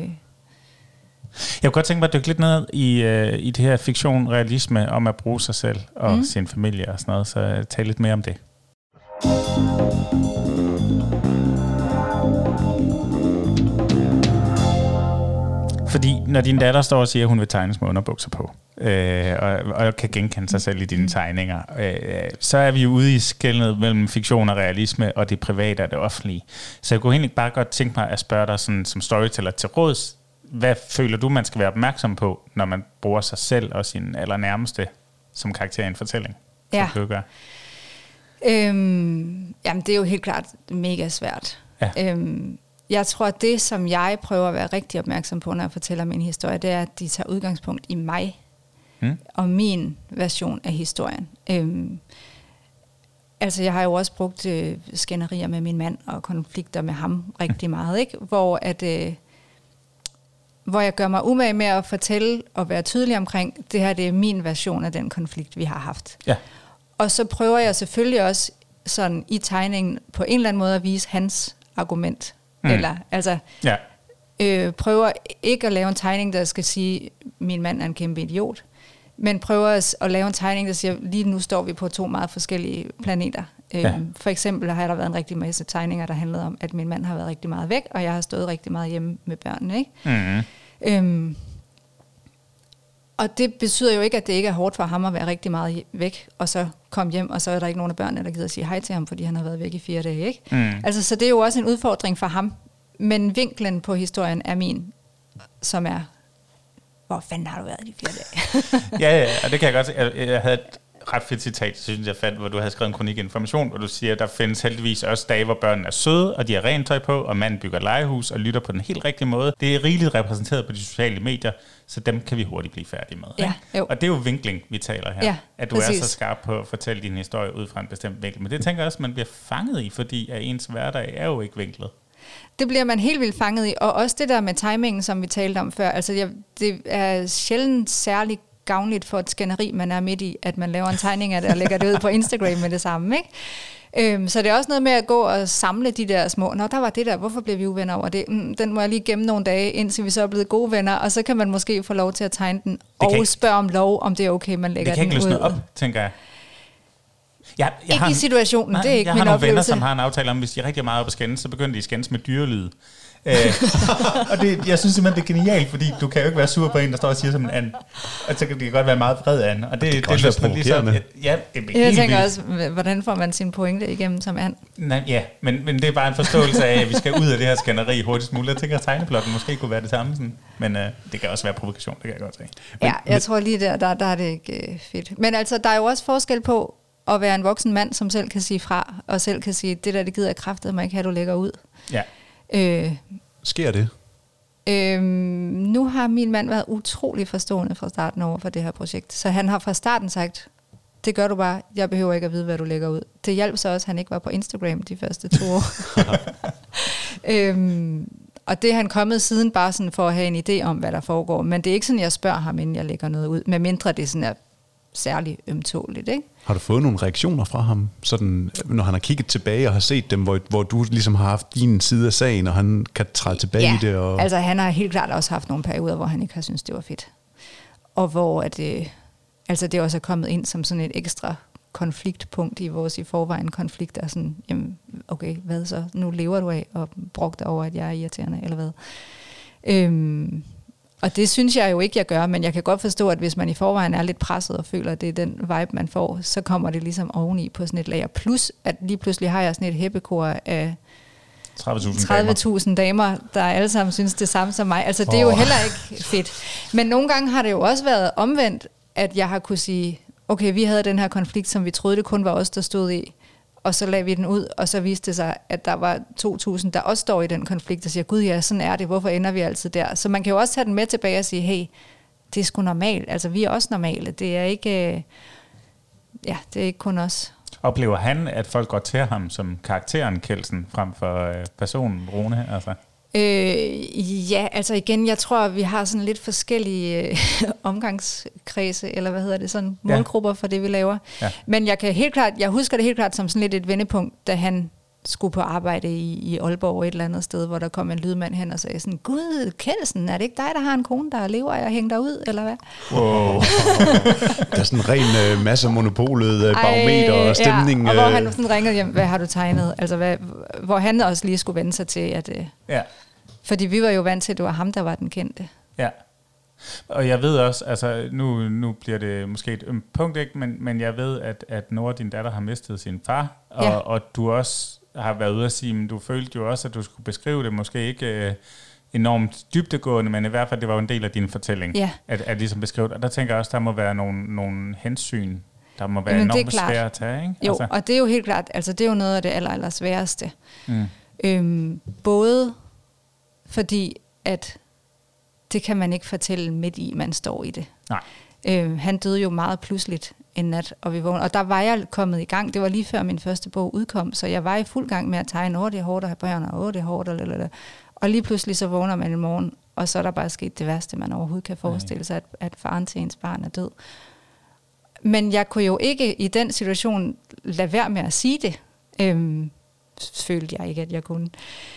Jeg kunne godt tænke mig at dykke lidt ned i det her fiktion, realisme, om at bruge sig selv og sin familie og sådan noget, så tag lidt mere om det. Fordi når din datter står og siger, at hun vil tegnes med underbukser på, og kan genkende sig selv i dine tegninger, så er vi jo ude i skelnet mellem fiktion og realisme, og det private og det offentlige. Så jeg kunne egentlig bare godt tænke mig at spørge dig sådan, som storyteller til råds, hvad føler du, man skal være opmærksom på, når man bruger sig selv og sin allernærmeste som karakter i en fortælling? Ja. Jamen, det er jo helt klart mega svært. Ja. Jeg tror, at det, som jeg prøver at være rigtig opmærksom på, når jeg fortæller min historie, det er, at de tager udgangspunkt i mig og min version af historien. Altså, jeg har jo også brugt skænderier med min mand og konflikter med ham rigtig meget, ikke? Hvor jeg gør mig umage med at fortælle og være tydelig omkring, det her det er min version af den konflikt, vi har haft. Ja. Og så prøver jeg selvfølgelig også sådan i tegningen på en eller anden måde at vise hans argument Eller, altså, prøver ikke at lave en tegning, der skal sige, min mand er en kæmpe idiot, men prøver at lave en tegning, der siger, lige nu står vi på 2 meget forskellige planeter. For eksempel har der været en rigtig masse tegninger, der handlede om, at min mand har været rigtig meget væk, og jeg har stået rigtig meget hjemme med børnene. Ikke? Og det betyder jo ikke, at det ikke er hårdt for ham at være rigtig meget væk, og så komme hjem, og så er der ikke nogen af børnene, der gider at sige hej til ham, fordi han har været væk i 4 dage. Ikke? Altså, så det er jo også en udfordring for ham. Men vinklen på historien er min, som er, hvor fanden har du været i 4 dage? ja, og det kan jeg godt se. Jeg havde et ret fedt citat, synes jeg fandt, hvor du havde skrevet en kronik information, hvor du siger, at der findes heldigvis også dage, hvor børnene er søde, og de har rent tøj på, og manden bygger legehus og lytter på den helt rigtige måde. Det er rigeligt repræsenteret på de sociale medier, så dem kan vi hurtigt blive færdige med. Ja, og det er jo vinkling, vi taler her. At du præcis. Er så skarp på at fortælle din historie ud fra en bestemt vinkel. Men det tænker jeg også, man bliver fanget i, fordi at ens hverdag er jo ikke vinklet. Det bliver man helt vildt fanget i, og også det der med timingen, som vi talte om før. Altså, det er sjældent særligt gavnligt for et skænderi, man er midt i, at man laver en tegning af det og lægger det ud på Instagram med det samme, ikke? Så det er også noget med at gå og samle de der små, nå, der var det der, hvorfor blev vi uvenner over det? Den må jeg lige gemme nogle dage, indtil vi så er blevet gode venner, og så kan man måske få lov til at tegne den, og spørge om lov, om det er okay, man lægger den ud. Det kan ikke løsne op, tænker jeg. Jeg ikke i situationen, det er ikke min oplevelse. Jeg har nogle venner, som har en aftale om, hvis de er rigtig meget op at skændes, så begynder de at skændes med dyrelyd. Og jeg synes simpelthen, det er genialt, fordi du kan jo ikke være sur på en, der står og siger som en and. Og så kan det godt være meget vred an. Og det kan også være provokerende. Jeg tænker også, hvordan får man sin pointe igennem som and? Nej, men det er bare en forståelse af, at vi skal ud af det her skænderi hurtigst muligt. Jeg tænker, at tegneplotten måske kunne være det samme. Sådan. Men det kan også være provokation, det kan jeg godt sige. Jeg tror lige der er det ikke fedt. Men altså, der er jo også forskel på at være en voksen mand, som selv kan sige fra, og selv kan sige, det der, det gider jeg kraftedeme ikke have, du lægger ud. Ja. Sker det? Nu har min mand været utrolig forstående fra starten over for det her projekt. Så han har fra starten sagt, det gør du bare, jeg behøver ikke at vide, hvad du lægger ud. Det hjalp så også, at han ikke var på Instagram de første 2 år. Og det er han kommet siden bare sådan for at have en idé om, hvad der foregår. Men det er ikke sådan, jeg spørger ham, inden jeg lægger noget ud. Med mindre det sådan er særligt ømtåligt, ikke? Har du fået nogle reaktioner fra ham, sådan, når han har kigget tilbage og har set dem, hvor du ligesom har haft din side af sagen, og han kan træde tilbage i det? Og altså han har helt klart også haft nogle perioder, hvor han ikke har syntes, det var fedt. Og hvor det også er kommet ind som sådan et ekstra konfliktpunkt i vores i forvejen konflikt, der er sådan, jamen, okay, hvad så? Nu lever du af og brugte over, at jeg er irriterende, eller hvad? Og det synes jeg jo ikke, jeg gør, men jeg kan godt forstå, at hvis man i forvejen er lidt presset og føler, at det er den vibe, man får, så kommer det ligesom oveni på sådan et lager. Plus, at lige pludselig har jeg sådan et heppekor af 30.000 damer, der alle sammen synes det samme som mig. Altså, det er jo heller ikke fedt. Men nogle gange har det jo også været omvendt, at jeg har kunne sige, okay, vi havde den her konflikt, som vi troede, det kun var os, der stod i. Og så lagde vi den ud, og så viste det sig, at der var 2.000, der også står i den konflikt, og siger, gud ja, sådan er det, hvorfor ender vi altid der? Så man kan jo også tage den med tilbage og sige, hey, det er sgu normalt, altså vi er også normale, det er ikke, det er ikke kun os. Oplever han, at folk går til ham som karakteren Kjeldsen, frem for personen Rune? Altså? Ja, altså igen, jeg tror, vi har sådan lidt forskellige omgangskredse, eller hvad hedder det, sådan målgrupper for det, vi laver. Ja. Men jeg husker det helt klart som sådan lidt et vendepunkt, da han skulle på arbejde i Aalborg et eller andet sted, hvor der kom en lydmand hen og sagde sådan, gud, Kjeldsen, er det ikke dig, der har en kone, der lever af at hænge dig ud, eller hvad? Wow. Der er sådan en ren masse monopolet, barometer og stemning. Ja, og hvor han sådan ringede hjem, hvad har du tegnet? Altså, hvor han også lige skulle vende sig til, at... Fordi vi var jo vant til, at det var ham, der var den kendte. Ja. Og jeg ved også, altså nu bliver det måske et punkt, ikke? Men jeg ved, at Nora, din datter, har mistet sin far, og du også har været ude at sige, men du følte jo også, at du skulle beskrive det, måske ikke enormt dybdegående, men i hvert fald, det var jo en del af din fortælling, at ligesom beskrive det. Og der tænker jeg også, der må være nogle hensyn, der må være enormt svære at tage, ikke? Jo, og det er jo helt klart, altså det er jo noget af det aller sværeste. Både fordi, at det kan man ikke fortælle midt i, man står i det. Nej. Han døde jo meget pludseligt en nat, og vi vågnede. Og der var jeg kommet i gang. Det var lige før min første bog udkom, så jeg var i fuld gang med at tegne, det er hårdt at have børn, og det er hårdt, og lige pludselig så vågner man i morgen, og så er der bare sket det værste, man overhovedet kan forestille sig, at faren til ens barn er død. Men jeg kunne jo ikke i den situation lade være med at sige det. Følte jeg ikke, at jeg kunne.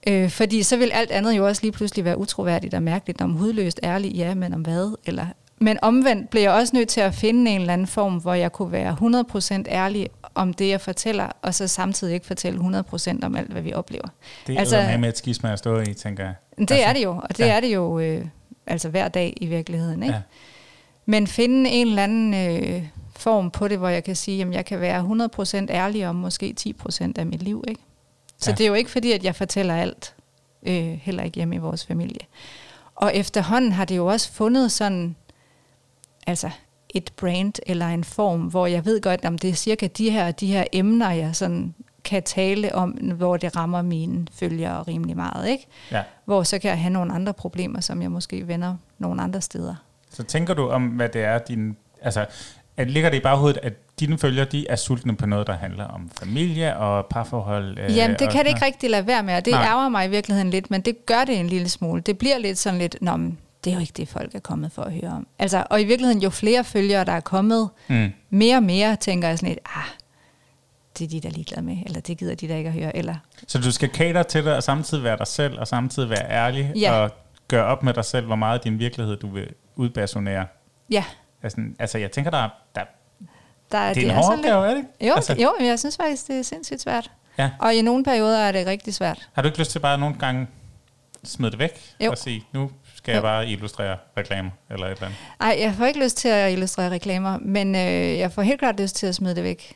Fordi så vil alt andet jo også lige pludselig være utroværdigt og mærkeligt, om hudløst ærlig, ja, men om hvad? Men omvendt bliver jeg også nødt til at finde en eller anden form, hvor jeg kunne være 100% ærlig om det, jeg fortæller, og så samtidig ikke fortælle 100% om alt, hvad vi oplever. Det er med et skisma at stå i, tænker jeg. Det er det jo, og det er det jo altså hver dag i virkeligheden. Ikke? Ja. Men finde en eller anden form på det, hvor jeg kan sige, at jeg kan være 100% ærlig om måske 10% af mit liv. Ikke? Så det er jo ikke fordi, at jeg fortæller alt, heller ikke hjemme i vores familie. Og efterhånden har det jo også fundet sådan, altså et brand eller en form, hvor jeg ved godt, om det er cirka de her emner, jeg sådan kan tale om, hvor det rammer mine følgere rimelig meget, ikke? Ja. Hvor så kan jeg have nogle andre problemer, som jeg måske vender nogle andre steder. Så tænker du om, hvad det er, ligger det i baghovedet, at dine følgere, de er sultne på noget, der handler om familie og parforhold? Jamen, det kan det ikke rigtig lade være med, og det ærger mig i virkeligheden lidt, men det gør det en lille smule. Det bliver lidt sådan lidt, det er jo ikke det, folk er kommet for at høre om. Altså, og i virkeligheden, jo flere følgere, der er kommet, mere og mere, tænker jeg sådan lidt, det er de, der er ligeglade med, eller det gider de, der ikke at høre. Eller. Så du skal cater til dig, og samtidig være dig selv, og samtidig være ærlig, og gøre op med dig selv, hvor meget af din virkelighed, du vil udpersonere. Ja. Altså, jeg tænker, der det er en hård opgave, er det ikke? Jo, men jeg synes faktisk, det er sindssygt svært. Ja. Og i nogle perioder er det rigtig svært. Har du ikke lyst til bare nogle gange smide det væk og sige, nu skal jeg bare illustrere reklamer eller et eller andet? Nej, jeg får ikke lyst til at illustrere reklamer, men jeg får helt klart lyst til at smide det væk.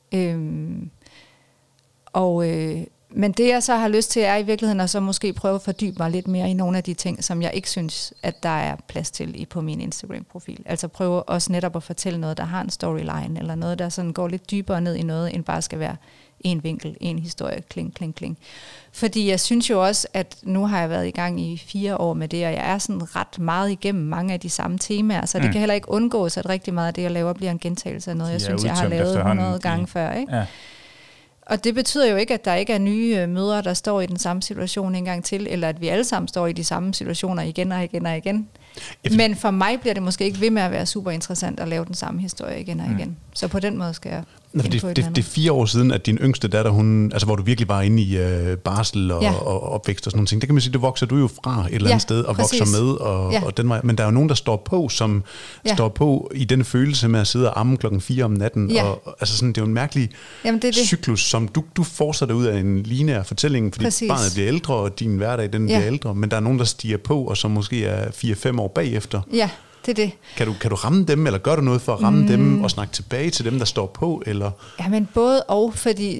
Men det jeg så har lyst til er i virkeligheden at så måske prøve at fordybe mig lidt mere i nogle af de ting, som jeg ikke synes, at der er plads til på min Instagram-profil. Altså prøve også netop at fortælle noget, der har en storyline, eller noget, der sådan går lidt dybere ned i noget, end bare skal være en vinkel, en historie, kling, kling, kling. Fordi jeg synes jo også, at nu har jeg været i gang i 4 år med det, og jeg er sådan ret meget igennem mange af de samme temaer, så det kan heller ikke undgås, at rigtig meget af det, jeg laver, bliver en gentagelse af noget, jeg synes, jeg har lavet 100 gange før. Ikke? Ja. Og det betyder jo ikke, at der ikke er nye mødre, der står i den samme situation en gang til, eller at vi alle sammen står i de samme situationer igen og igen og igen. Men for mig bliver det måske ikke ved med at være super interessant at lave den samme historie igen og igen. Så på den måde skal jeg det er 4 år siden, at din yngste datter, hun, altså hvor du virkelig var inde i barsel og opvækst og sådan nogle ting, det kan man sige, det vokser du jo fra et eller andet sted og vokser med, og den vej. Men der er jo nogen, der står på, som står på i den følelse med at sidde og amme 4:00 om natten. Og, altså sådan, det er jo en mærkelig cyklus, som du fortsætter ud af en lineær fortælling, fordi barnet bliver ældre, og din hverdag den bliver ældre, men der er nogen, der stiger på, og som måske er 4-5 år bagefter. Ja. Det er det. Kan du ramme dem, eller gør du noget for at ramme dem og snakke tilbage til dem, der står på? Eller? Ja, men både og, fordi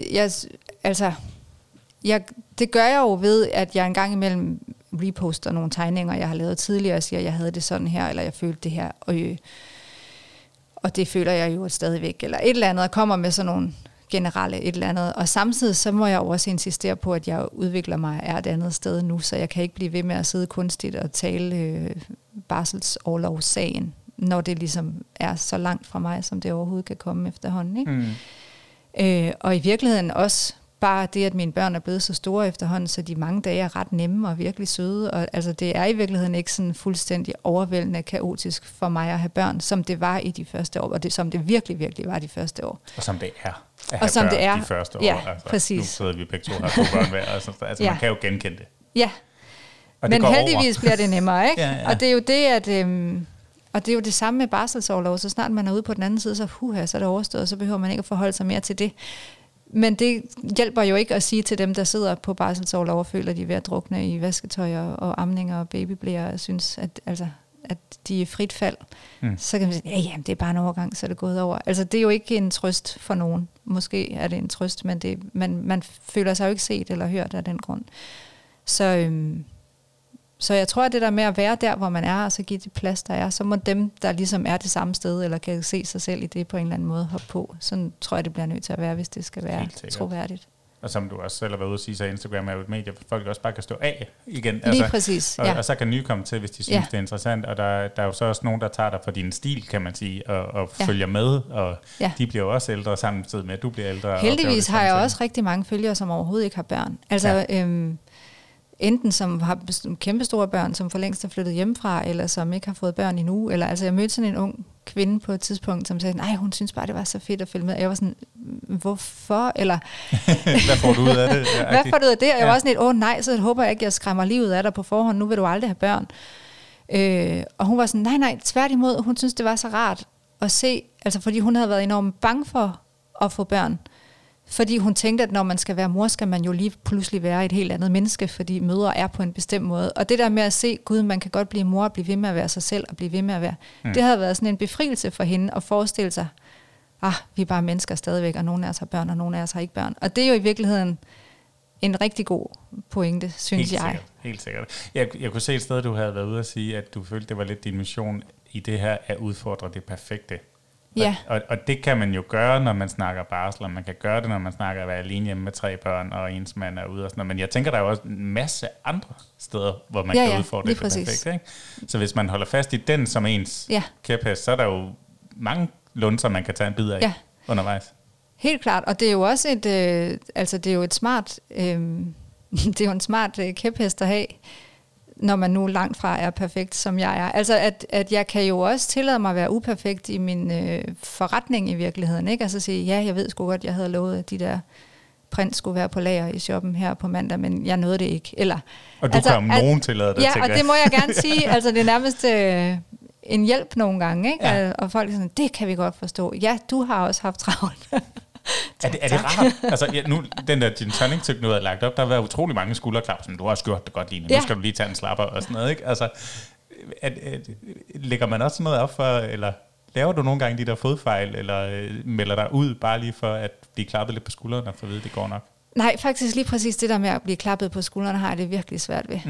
det gør jeg jo ved, at jeg en gang imellem reposter nogle tegninger, jeg har lavet tidligere, og siger, at jeg havde det sådan her, eller jeg følte det her, og det føler jeg jo stadigvæk, eller et eller andet, og kommer med sådan nogle generelle et eller andet. Og samtidig så må jeg også insistere på, at jeg udvikler mig og er et andet sted nu, så jeg kan ikke blive ved med at sidde kunstigt og tale barselsorlovssagen, når det ligesom er så langt fra mig, som det overhovedet kan komme efterhånden. Ikke? Og i virkeligheden også bare det, at mine børn er blevet så store efterhånden, så de mange dage er ret nemme og virkelig søde. Og altså, det er i virkeligheden ikke sådan fuldstændig overvældende kaotisk for mig at have børn, som det var i de første år, og det, som det virkelig, virkelig var de første år. Og som det er. Og som det er de første år. Ja, altså, præcis. Nu sidder vi begge to her 2 børn hver. Altså man kan jo genkende det. Ja, og men heldigvis bliver det nemmere, ikke? Ja. Og det er jo det, at... og det er jo det samme med barselsorlov. Så snart man er ude på den anden side, så så er det overstået, og så behøver man ikke at forholde sig mere til det. Men det hjælper jo ikke at sige til dem, der sidder på barselsorlov og føler, at de er ved at drukne i vasketøj og amninger og babyblæer, og synes, at de er frit fald. Så kan man sige, ja, det er bare en overgang, så er det gået over. Altså, det er jo ikke en trøst for nogen. Måske er det en trøst, men man føler sig jo ikke set eller hørt af den grund. Så jeg tror, at det der med at være der, hvor man er, og så give det plads, der er, så må dem, der ligesom er det samme sted, eller kan se sig selv i det på en eller anden måde, hoppe på. Sådan tror jeg, det bliver nødt til at være, hvis det skal være troværdigt. Og som du også selv har været ude at sige, så Instagram er jo et medie, hvor folk også bare kan stå af igen. Lige præcis, ja. Og så kan nye komme til, hvis de synes, det er interessant. Og der er jo så også nogen, der tager dig for din stil, kan man sige, og følger med. Og de bliver jo også ældre samtidig med, at du bliver ældre. Heldigvis har jeg også rigtig mange følgere, som overhovedet ikke har børn. Altså... enten som har kæmpe store børn, som for længst er flyttet hjemmefra, eller som ikke har fået børn endnu. Eller, altså, jeg mødte sådan en ung kvinde på et tidspunkt, som sagde, nej, hun synes bare, det var så fedt at følge med. Jeg var sådan, hvorfor? Eller, hvad får du ud af det? Hvad får du ud af det? Og jeg var sådan lidt, nej, så håber jeg ikke, jeg skræmmer livet af dig på forhånd. Nu vil du aldrig have børn. Og hun var sådan, nej, tværtimod. Hun synes, det var så rart at se, altså fordi hun havde været enormt bange for at få børn. Fordi hun tænkte, at når man skal være mor, skal man jo lige pludselig være et helt andet menneske, fordi mødre er på en bestemt måde. Og det der med at se, gud, man kan godt blive mor og blive ved med at være sig selv og blive ved med at være, det havde været sådan en befrielse for hende at forestille sig, vi er bare mennesker stadigvæk, og nogle af os har børn, og nogle af os har ikke børn. Og det er jo i virkeligheden en rigtig god pointe, synes jeg. Helt sikkert. Jeg kunne se et sted, du havde været ude at sige, at du følte, det var lidt din mission i det her at udfordre det perfekte. Ja. Og det kan man jo gøre, når man snakker barsel, og man kan gøre det, når man snakker at være alene hjemme med 3 børn, og ens mand er ude og sådan noget. Men jeg tænker, der er jo også en masse andre steder, hvor man kan udfordre det perfekte. Ikke? Så hvis man holder fast i den som ens kæphest, så er der jo mange lunser, man kan tage en bid af undervejs. Helt klart, og det er jo også det er jo et smart, det er jo en smart kæphest at have, når man nu langt fra er perfekt, som jeg er. Altså, at jeg kan jo også tillade mig at være uperfekt i min forretning i virkeligheden, ikke? Altså sige, ja, jeg ved sgu godt, jeg havde lovet, at de der print skulle være på lager i shoppen her på mandag, men jeg nåede det ikke. Eller, og du kom nogen tillade det, ja, og det må jeg gerne sige. Altså, det er nærmest en hjælp nogle gange, ikke? Ja. Og folk er sådan, det kan vi godt forstå. Ja, du har også haft travlt. Er det rart? Altså, nu, den der gin tonic tip, nu har lagt op, der har været utrolig mange skulderklap, som du har også gjort det godt, Line. Nu skal du lige tage en slapper og sådan noget, ikke? Altså, lægger man også noget op for, eller laver du nogle gange de der fodfejl, eller melder dig ud bare lige for at blive klappet lidt på skuldrene, for at vide, det går nok? Nej, faktisk lige præcis det der med at blive klappet på skuldrene, har jeg det virkelig svært ved.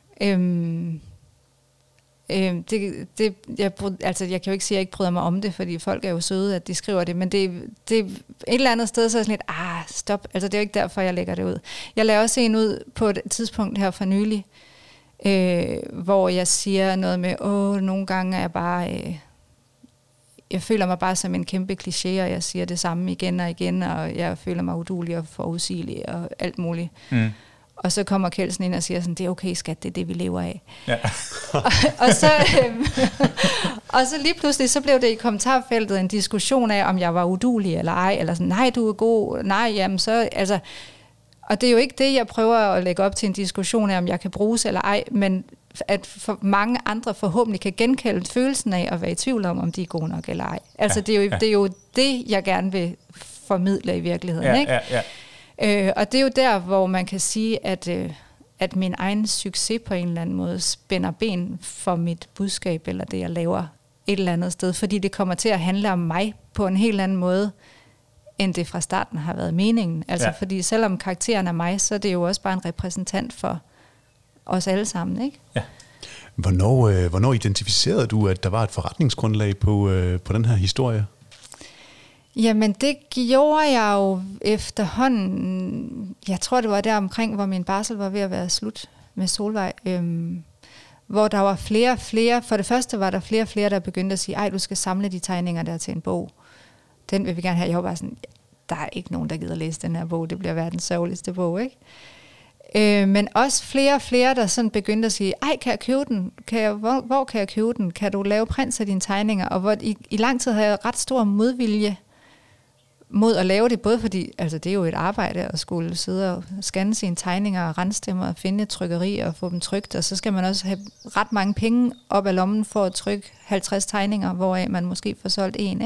Jeg kan jo ikke sige, at jeg ikke bryder mig om det, fordi folk er jo søde, at de skriver det, men det et eller andet sted, så er det sådan lidt, stop, altså det er jo ikke derfor, jeg lægger det ud. Jeg lader også en ud på et tidspunkt her for nylig, hvor jeg siger noget med, nogle gange er jeg bare, jeg føler mig bare som en kæmpe kliché, og jeg siger det samme igen og igen, og jeg føler mig uduelig og forudsigelig og alt muligt. Og så kommer Kelsen ind og siger sådan, det er okay skat, det er det, vi lever af. Ja. og så lige pludselig, så blev det i kommentarfeltet en diskussion af, om jeg var uduelig eller ej, eller sådan, nej, du er god, nej, jamen så, altså, og det er jo ikke det, jeg prøver at lægge op til en diskussion af, om jeg kan bruges eller ej, men at for mange andre forhåbentlig kan genkalde følelsen af at være i tvivl om de er gode nok eller ej. Altså, det er jo det, jeg gerne vil formidle i virkeligheden, ikke? Ja. Og det er jo der, hvor man kan sige, at min egen succes på en eller anden måde spænder ben for mit budskab, eller det, jeg laver et eller andet sted, fordi det kommer til at handle om mig på en helt anden måde, end det fra starten har været meningen. Altså, fordi selvom karakteren er mig, så er det jo også bare en repræsentant for os alle sammen, ikke? Ja. Hvornår identificerede du, at der var et forretningsgrundlag på den her historie? Jamen, det gjorde jeg jo efterhånden. Jeg tror, det var der omkring, hvor min barsel var ved at være slut med Solvej. Hvor der var flere. For det første var der flere, der begyndte at sige, du skal samle de tegninger der til en bog. Den vil vi gerne have. Jeg var bare sådan, der er ikke nogen, der gider læse den her bog. Det bliver verdens sørgeligste bog, ikke? Men også flere, der sådan begyndte at sige, kan jeg købe den? Hvor kan jeg købe den? Kan du lave prints af dine tegninger? Og hvor i lang tid havde jeg ret stor modvilje mod at lave det, både fordi, altså det er jo et arbejde at skulle sidde og scanne sine tegninger og rense dem og finde et trykkeri og få dem trykt, og så skal man også have ret mange penge op af lommen for at trykke 50 tegninger, hvoraf man måske får solgt en,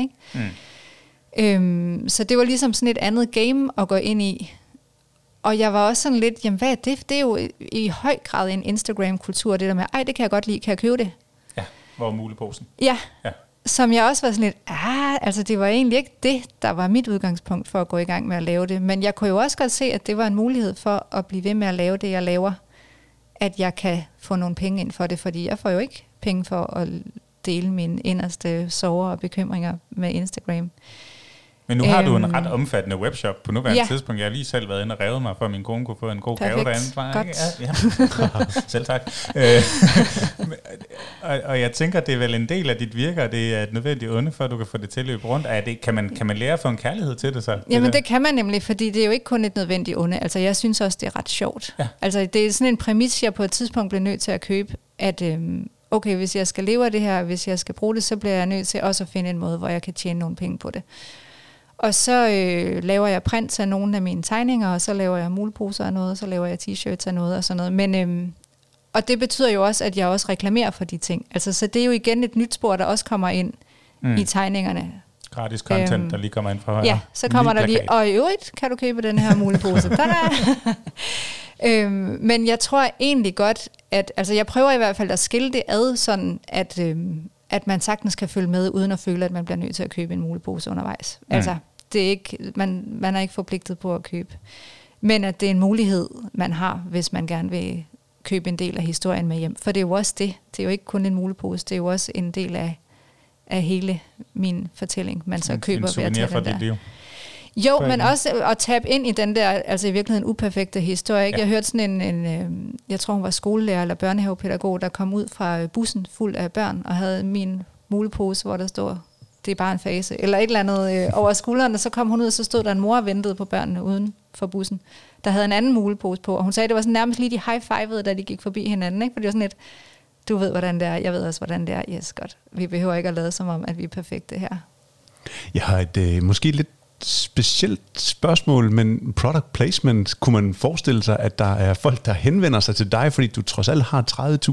ikke? Så det var ligesom sådan et andet game at gå ind i. Og jeg var også sådan lidt, jamen hvad er det? Det er jo i høj grad en Instagram-kultur, det der med, det kan jeg godt lide, kan jeg købe det? Ja, hvor er muleposen? Ja. Som jeg også var sådan lidt, altså det var egentlig ikke det, der var mit udgangspunkt for at gå i gang med at lave det. Men jeg kunne jo også godt se, at det var en mulighed for at blive ved med at lave det, jeg laver. At jeg kan få nogle penge ind for det, fordi jeg får jo ikke penge for at dele mine inderste sorger og bekymringer med Instagram. Men nu har du en ret omfattende webshop på nuværende tidspunkt. Jeg har lige selv været inde og revet mig, for at min kone kunne få en god gave derinde. Godt. Ja. Selv tak. Og jeg tænker, det er vel en del af dit virke, og det er et nødvendigt onde, for at du kan få det til at løbe rundt. Kan man lære at få en kærlighed til det så? Jamen det kan man nemlig, fordi det er jo ikke kun et nødvendigt onde. Altså jeg synes også, det er ret sjovt. Ja. Altså det er sådan en præmis, jeg på et tidspunkt blev nødt til at købe, at okay, hvis jeg skal leve af det her, hvis jeg skal bruge det, så bliver jeg nødt til også at finde en måde, hvor jeg kan tjene nogle penge på det. Og så laver jeg prints af nogle af mine tegninger, og så laver jeg muleposer af noget, og så laver jeg t-shirts af noget og sådan noget. Men og det betyder jo også, at jeg også reklamerer for de ting. Altså, så det er jo igen et nyt spor, der også kommer ind i tegningerne. Gratis content, der lige kommer ind fra højre. Ja, så kommer der lige, og i øvrigt kan du købe den her mulepose. Men jeg tror egentlig godt, at altså jeg prøver i hvert fald at skille det ad, sådan at man sagtens kan følge med, uden at føle, at man bliver nødt til at købe en mulepose undervejs. Altså, det er ikke, man er ikke forpligtet på at købe. Men at det er en mulighed, man har, hvis man gerne vil købe en del af historien med hjem. For det er jo også det. Det er jo ikke kun en mulepose, det er jo også en del af hele min fortælling, man så køber ved at tage den der. Jo, men også at tabe ind i den der, altså i virkeligheden uperfekte historie. Ikke? Ja. Jeg hørte sådan en, jeg tror hun var skolelærer eller børnehavepædagog, der kom ud fra bussen fuld af børn og havde min mulepose, hvor der stod, det er bare en fase, eller et eller andet over skulderen, og så kom hun ud, og så stod der en mor og ventede på børnene uden for bussen, der havde en anden mulepose på, og hun sagde, det var sådan nærmest lige de high-fivede, da de gik forbi hinanden, ikke? For det var sådan et, du ved, hvordan det er, jeg ved også, hvordan det er, yes, godt. Vi behøver ikke at lade som om, at vi er perfekte her. Jeg har et måske lidt specielt spørgsmål, men product placement, kunne man forestille sig, at der er folk, der henvender sig til dig, fordi du trods alt har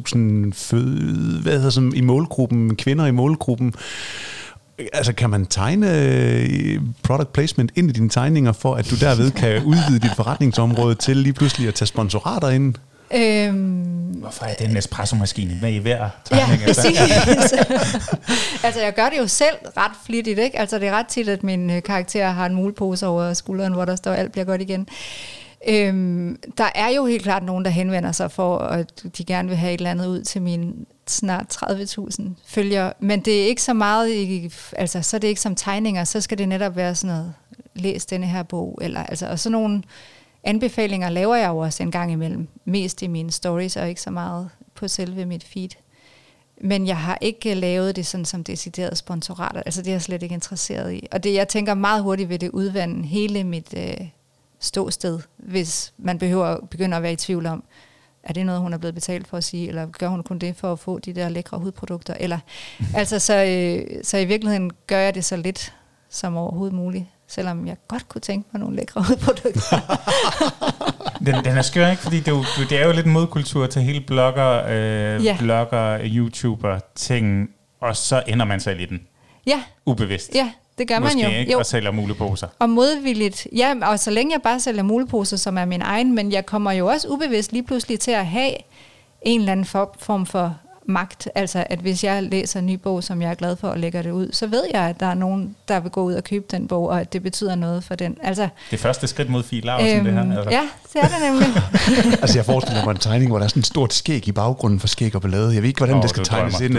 30.000 i målgruppen, kvinder i målgruppen. Altså, kan man tegne product placement ind i dine tegninger, for at du derved kan udvide dit forretningsområde til lige pludselig at tage sponsorater ind? Hvorfor er det en espresso-maskine med i hver tegning? Ja, præcis. Altså, jeg gør det jo selv ret flittigt, ikke? Altså, det er ret tit, at min karakter har en mulepose over skulderen, hvor der står, alt bliver godt igen. Der er jo helt klart nogen, der henvender sig for, at de gerne vil have et eller andet ud til mine snart 30.000 følgere. Men det er ikke så meget, altså, så er det ikke som tegninger, så skal det netop være sådan noget, læs denne her bog, eller altså, og sådan nogle anbefalinger laver jeg jo også en gang imellem, mest i mine stories, og ikke så meget på selve mit feed. Men jeg har ikke lavet det sådan som deciderede sponsorater, altså det er jeg slet ikke interesseret i. Og det, jeg tænker meget hurtigt ved det udvande hele mit ståsted, hvis man begynder at være i tvivl om, er det noget, hun er blevet betalt for at sige, eller gør hun kun det for at få de der lækre hudprodukter? Eller, altså, så i virkeligheden gør jeg det så lidt som overhovedet muligt, selvom jeg godt kunne tænke mig nogle lækre hudprodukter. Den er skør, ikke? Fordi det er jo lidt en modkultur til hele blogger, YouTuber, ting, og så ender man sig i den. Ja. Ubevidst. Ja, det gør måske man jo. Ikke, og sælger muleposer. Og modvilligt. Ja, og så længe jeg bare sælger muleposer, som er min egen, men jeg kommer jo også ubevidst lige pludselig til at have en eller anden form for magt. Altså, at hvis jeg læser en ny bog, som jeg er glad for og lægger det ud, så ved jeg, at der er nogen, der vil gå ud og købe den bog, og at det betyder noget for den. Altså, det første skridt mod Fie Laursen, det her. Altså. Ja, det er det nemlig. Altså, jeg forestiller mig en tegning, hvor der er sådan et stort skæg i baggrunden for Skæg og Ballade. Jeg ved ikke, hvordan det skal tegnes ind.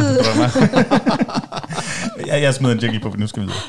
Jeg smider en jingle på, nu skal vi videre.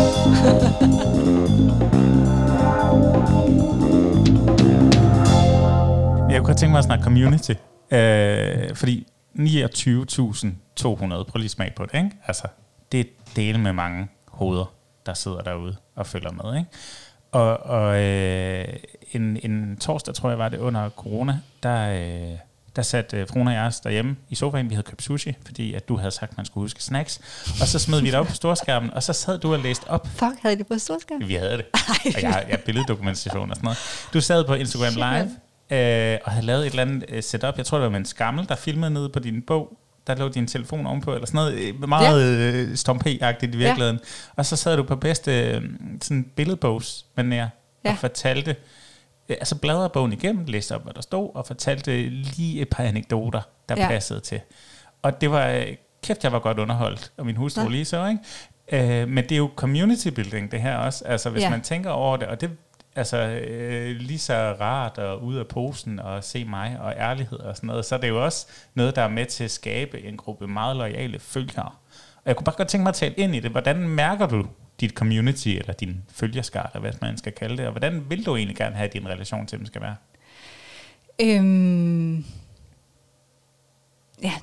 Jeg kunne godt tænke mig at snakke community, fordi 29.200, prøv lige smag på det, ikke? Altså, det er dele med mange hoveder, der sidder derude og følger med, ikke? Og en torsdag, tror jeg var det, under corona, der satte fruen og jeg os derhjemme i sofaen. Vi havde købt sushi, fordi at du havde sagt, at man skulle huske snacks. Og så smed vi det op på storskærmen, og så sad du og læste op. Fuck, havde det på storskærmen? Vi havde det. Og jeg billeddokumentation og sådan noget. Du sad på Instagram Live og havde lavet et eller andet setup. Jeg tror, det var med en skammel, der filmede nede på din bog. Der lå din telefon ovenpå, eller sådan noget meget Storm-P-agtigt i virkeligheden. Ja. Og så sad du på bedste sådan billedbogs-manér og fortalte, altså bladrede bogen igennem, læste op, hvad der stod, og fortalte lige et par anekdoter, der passede til. Og det var, kæft, jeg var godt underholdt, og min hustru lige så, ikke? Men det er jo community building, det her også. Altså, hvis man tænker over det, og det altså lige så rart og ud af posen og se mig og ærlighed og sådan noget, så er det jo også noget, der er med til at skabe en gruppe meget loyale følgere. Og jeg kunne bare godt tænke mig at tale ind i det. Hvordan mærker du dit community, eller din følgerskare, eller hvad man skal kalde det, og hvordan vil du egentlig gerne have, at din relation til dem skal være? Ja,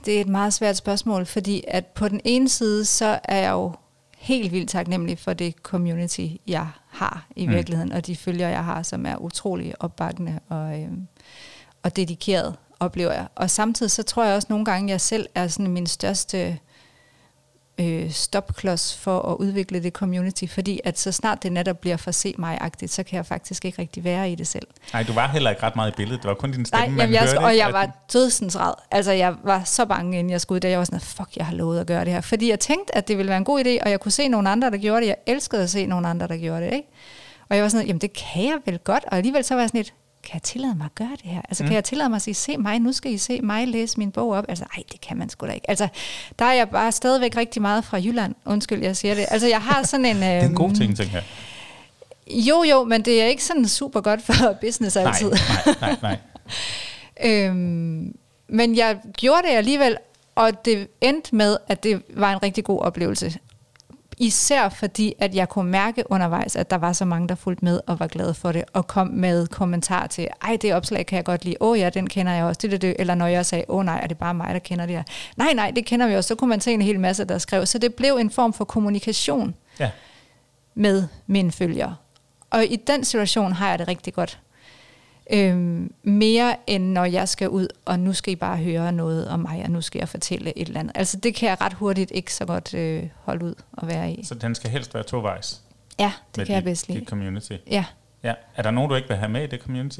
det er et meget svært spørgsmål, fordi at på den ene side, så er jeg jo helt vildt taknemmelig for det community, jeg har i virkeligheden, og de følgere, jeg har, som er utrolig opbakkende og dedikeret, oplever jeg. Og samtidig så tror jeg også nogle gange, jeg selv er sådan min største stopklods for at udvikle det community, fordi at så snart det netop bliver for se mig-agtigt, så kan jeg faktisk ikke rigtig være i det selv. Nej, du var heller ikke ret meget i billedet. Det var kun din stemme, man hørte. Og jeg var dødsensræd. Altså, jeg var så bange, inden jeg skulle ud der. Jeg var sådan, fuck, jeg har lovet at gøre det her. Fordi jeg tænkte, at det ville være en god idé, og jeg kunne se nogle andre, der gjorde det. Jeg elskede at se nogle andre, der gjorde det, ikke? Og jeg var sådan, jamen det kan jeg vel godt. Og alligevel så var jeg sådan lidt, kan jeg tillade mig at gøre det her? Altså, kan jeg tillade mig at sige, se mig, nu skal I se mig læse min bog op? Altså, det kan man sgu da ikke. Altså, der er jeg bare stadigvæk rigtig meget fra Jylland. Undskyld, jeg siger det. Altså, jeg har sådan en... det er en god ting, tænker jeg. Jo, men det er ikke sådan super godt for business altid. Nej. Men jeg gjorde det alligevel, og det endte med, at det var en rigtig god oplevelse. Især fordi, at jeg kunne mærke undervejs, at der var så mange, der fulgte med og var glade for det, og kom med kommentar til, det opslag kan jeg godt lide, ja, den kender jeg også, det. Eller når jeg sagde, nej, er det bare mig, der kender det her? Nej, det kender vi også. Så kunne man se en hel masse, der skrev. Så det blev en form for kommunikation med mine følgere. Og i den situation har jeg det rigtig godt. Mere end når jeg skal ud, og nu skal I bare høre noget om mig, og nu skal jeg fortælle et eller andet. Altså det kan jeg ret hurtigt ikke så godt holde ud at være i. Så den skal helst være tovejs? Ja, det kan jeg bedst lide. Dit community? Ja. Er der nogen, du ikke vil have med i det community?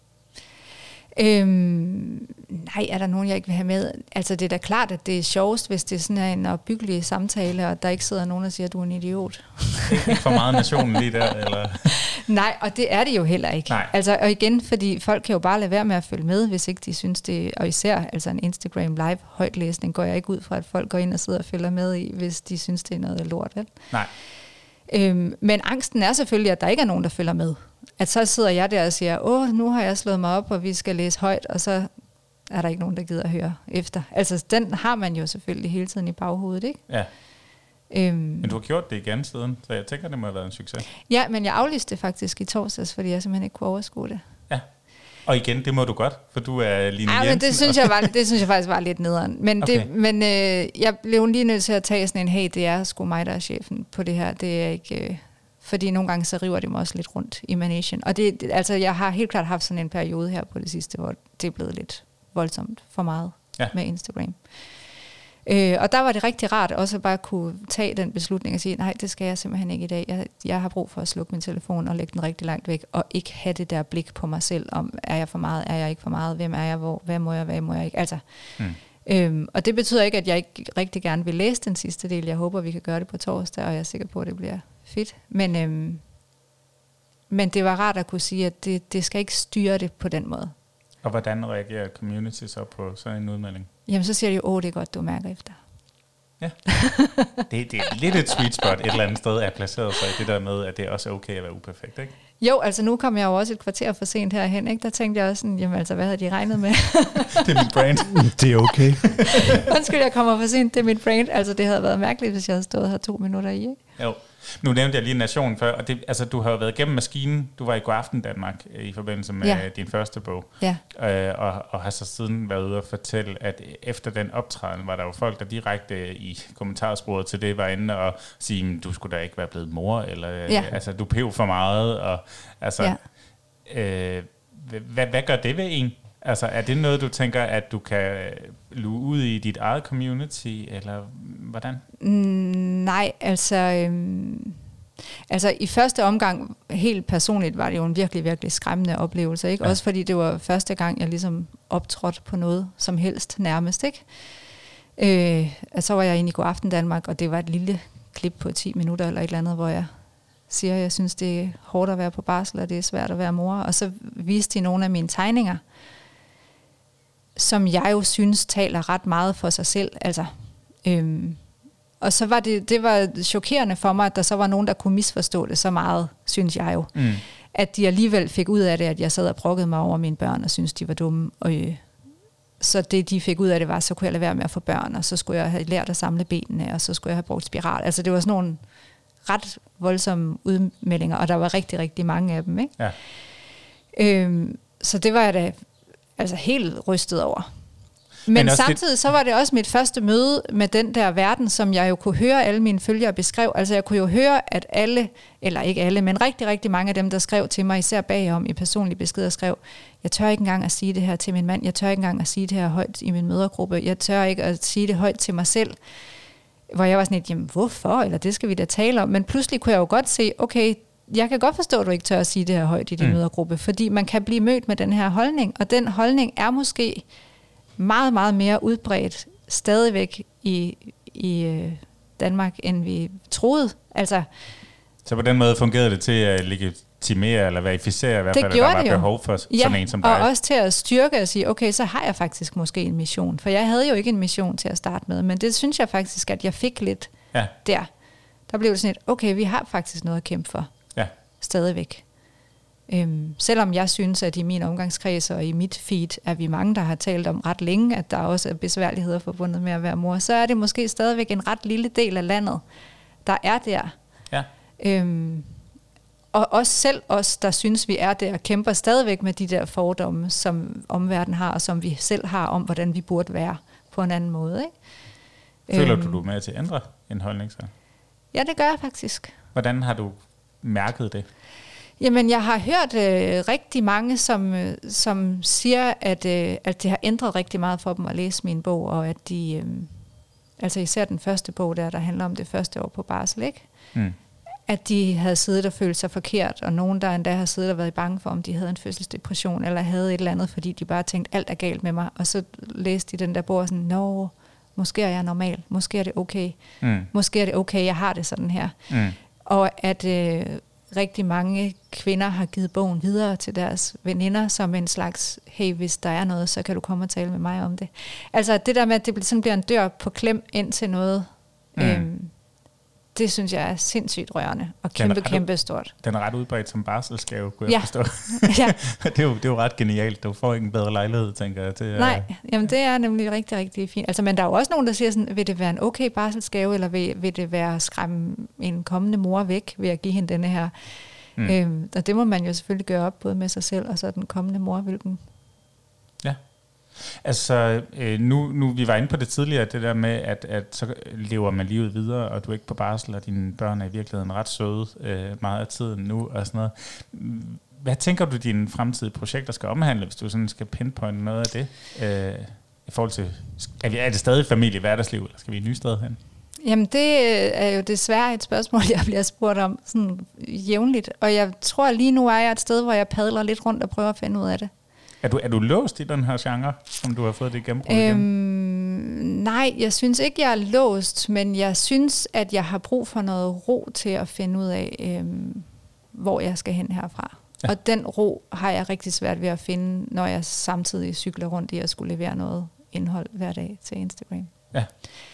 Nej, er der nogen, jeg ikke vil have med? Altså det er da klart, at det er sjovest, hvis det er sådan en opbyggelig samtale, og der ikke sidder nogen, der siger, at du er en idiot. Ikke for meget nationen lige der, eller? Nej, og det er det jo heller ikke. Altså, og igen, fordi folk kan jo bare lade være med at følge med, hvis ikke de synes det, og især altså en Instagram live højtlæsning, går jeg ikke ud fra, at folk går ind og sidder og følger med i, hvis de synes, det er noget lort, vel? Nej. Men angsten er selvfølgelig, at der ikke er nogen, der følger med. At så sidder jeg der og siger, nu har jeg slået mig op, og vi skal læse højt, og så er der ikke nogen, der gider at høre efter. Altså, den har man jo selvfølgelig hele tiden i baghovedet, ikke? Ja. Men du har gjort det igen siden, så jeg tænker, det må have været en succes. Ja, men jeg aflyste det faktisk i torsdags, fordi jeg simpelthen ikke kunne overskue det. Ja. Og igen, det må du godt, for du er Line Jensen. Men det synes jeg faktisk var lidt nederen. Men, okay. Jeg blev lige nødt til at tage sådan en, hey, det er sgu mig, der er chefen på det her. Det er ikke... fordi nogle gange så river det mig også lidt rundt i managen. Og altså, jeg har helt klart haft sådan en periode her på det sidste, hvor det er blevet lidt voldsomt for meget med Instagram. Og der var det rigtig rart også at bare kunne tage den beslutning og sige, nej, det skal jeg simpelthen ikke i dag. Jeg har brug for at slukke min telefon og lægge den rigtig langt væk, og ikke have det der blik på mig selv om, er jeg for meget, er jeg ikke for meget, hvem er jeg, hvor, hvad må jeg ikke. Altså, og det betyder ikke, at jeg ikke rigtig gerne vil læse den sidste del. Jeg håber, vi kan gøre det på torsdag, og jeg er sikker på, at det bliver fedt. Men det var rart at kunne sige, at det skal ikke styre det på den måde. Og hvordan reagerer community så på sådan en udmelding? Jamen, så siger de jo, det er godt, du mærker efter. Ja. Det er lidt et sweet spot et eller andet sted at placere sig i det der med, at det er også okay at være uperfekt, ikke? Jo, altså nu kom jeg jo også et kvarter for sent herhen, ikke? Der tænkte jeg også sådan, jamen altså, hvad havde de regnet med? Det er mit brand. Det er okay. Undskyld, jeg kommer for sent, det er mit brand. Altså, det havde været mærkeligt, hvis jeg havde stået her 2 minutter i, ikke? Jo. Nu nævnte jeg lige Nation før, og det, altså, du har jo været gennem maskinen. Du var i Godaften Danmark i forbindelse med din første bog. Ja. Og har så siden været ude og fortælle, at efter den optræden var der jo folk, der direkte i kommentarsporet til det var inde og sige, du skulle da ikke være blevet mor, eller altså, du pev for meget. Og, altså, hvad gør det ved en? Altså, er det noget, du tænker, at du kan luge ud i dit eget community, eller hvordan? Nej, altså i første omgang, helt personligt, var det jo en virkelig, virkelig skræmmende oplevelse, ikke? Ja. Også fordi det var første gang, jeg ligesom optrådte på noget som helst nærmest, ikke? Så var jeg inde i Godaften Danmark, og det var et lille klip på 10 minutter eller et eller andet, hvor jeg siger, jeg synes, det er hårdt at være på barsel, og det er svært at være mor. Og så viste de nogle af mine tegninger, som jeg jo synes taler ret meget for sig selv. Altså, og så var det var chokerende for mig, at der så var nogen, der kunne misforstå det så meget, synes jeg jo. At de alligevel fik ud af det, at jeg sad og brokkede mig over mine børn, og synes de var dumme. Og, så det, de fik ud af det, var, så kunne jeg lade være med at få børn, og så skulle jeg have lært at samle benene, og så skulle jeg have brugt spiral. Altså det var sådan nogle ret voldsomme udmeldinger, og der var rigtig, rigtig mange af dem, ikke? Ja. Så det var jeg da altså helt rystet over. Men samtidig så var det også mit første møde med den der verden, som jeg jo kunne høre alle mine følgere beskrev. Altså jeg kunne jo høre, at alle, eller ikke alle, men rigtig, rigtig mange af dem, der skrev til mig, især bagom i personlige beskeder, skrev, jeg tør ikke engang at sige det her til min mand, jeg tør ikke engang at sige det her højt i min mødergruppe, jeg tør ikke at sige det højt til mig selv. Hvor jeg var sådan lidt, jamen hvorfor? Eller det skal vi da tale om. Men pludselig kunne jeg jo godt se, okay, jeg kan godt forstå, at du ikke tør at sige det her højt i din mødergruppe, fordi man kan blive mødt med den her holdning, og den holdning er måske meget, meget mere udbredt stadigvæk i Danmark, end vi troede. Altså, så på den måde fungerede det til at legitimere eller verificere i hvert fald, at der var behov for sådan en som dig? Og også til at styrke og sige, okay, så har jeg faktisk måske en mission. For jeg havde jo ikke en mission til at starte med, men det synes jeg faktisk, at jeg fik lidt der. Der blev det sådan et, okay, vi har faktisk noget at kæmpe for. Ja. Stadigvæk. Selvom jeg synes, at i min omgangskreds og i mit feed, er vi mange, der har talt om ret længe, at der også er besværligheder forbundet med at være mor, så er det måske stadigvæk en ret lille del af landet, der er der. Ja. Og også selv os, der synes, vi er der, kæmper stadigvæk med de der fordomme, som omverdenen har, og som vi selv har om, hvordan vi burde være på en anden måde. Ikke? Føler du med til at ændre en holdning så? Ja, det gør jeg faktisk. Hvordan har du mærket det? Jamen, jeg har hørt rigtig mange, som siger, at det har ændret rigtig meget for dem at læse min bog, og at de, altså især den første bog der handler om det første år på barsel, ikke? At de havde siddet og følt sig forkert, og nogen, der endda har siddet og været bange for, om de havde en fødselsdepression, eller havde et eller andet, fordi de bare tænkte, alt er galt med mig, og så læste de den der bog og sådan, måske er jeg normal, måske er det okay, måske er det okay, jeg har det sådan her. Og at rigtig mange kvinder har givet bogen videre til deres veninder som en slags, hey, hvis der er noget, så kan du komme og tale med mig om det. Altså det der med, at det sådan bliver en dør på klem ind til noget, det synes jeg er sindssygt rørende og kæmpe stort. Den er ret udbredt som barselsgave, kunne jeg forstå. Ja. det er jo ret genialt. Du får ikke en bedre lejlighed, tænker jeg. Til, nej, jamen det er nemlig rigtig, rigtig fint. Altså, men der er jo også nogen, der siger sådan, vil det være en okay barselsgave, eller vil det være at skræmme en kommende mor væk ved at give hende denne her? Og det må man jo selvfølgelig gøre op, både med sig selv og så den kommende mor, hvilken... Ja. Altså, nu vi var inde på det tidligere, det der med, at så lever man livet videre, og du er ikke på barsel, og dine børn er i virkeligheden ret søde meget af tiden nu, og sådan noget. Hvad tænker du, dine fremtidige projekter skal omhandle, hvis du sådan skal pinpointe noget af det? I forhold til, er det stadig familie, hverdagsliv, eller skal vi et nyt sted hen? Jamen, det er jo desværre et spørgsmål, jeg bliver spurgt om sådan jævnligt, og jeg tror lige nu er jeg et sted, hvor jeg padler lidt rundt og prøver at finde ud af det. Er du låst i den her genre, som du har fået det gennembrud igen? Nej, jeg synes ikke, jeg er låst, men jeg synes, at jeg har brug for noget ro til at finde ud af, hvor jeg skal hen herfra. Ja. Og den ro har jeg rigtig svært ved at finde, når jeg samtidig cykler rundt i at skulle levere noget indhold hver dag til Instagram. Ja.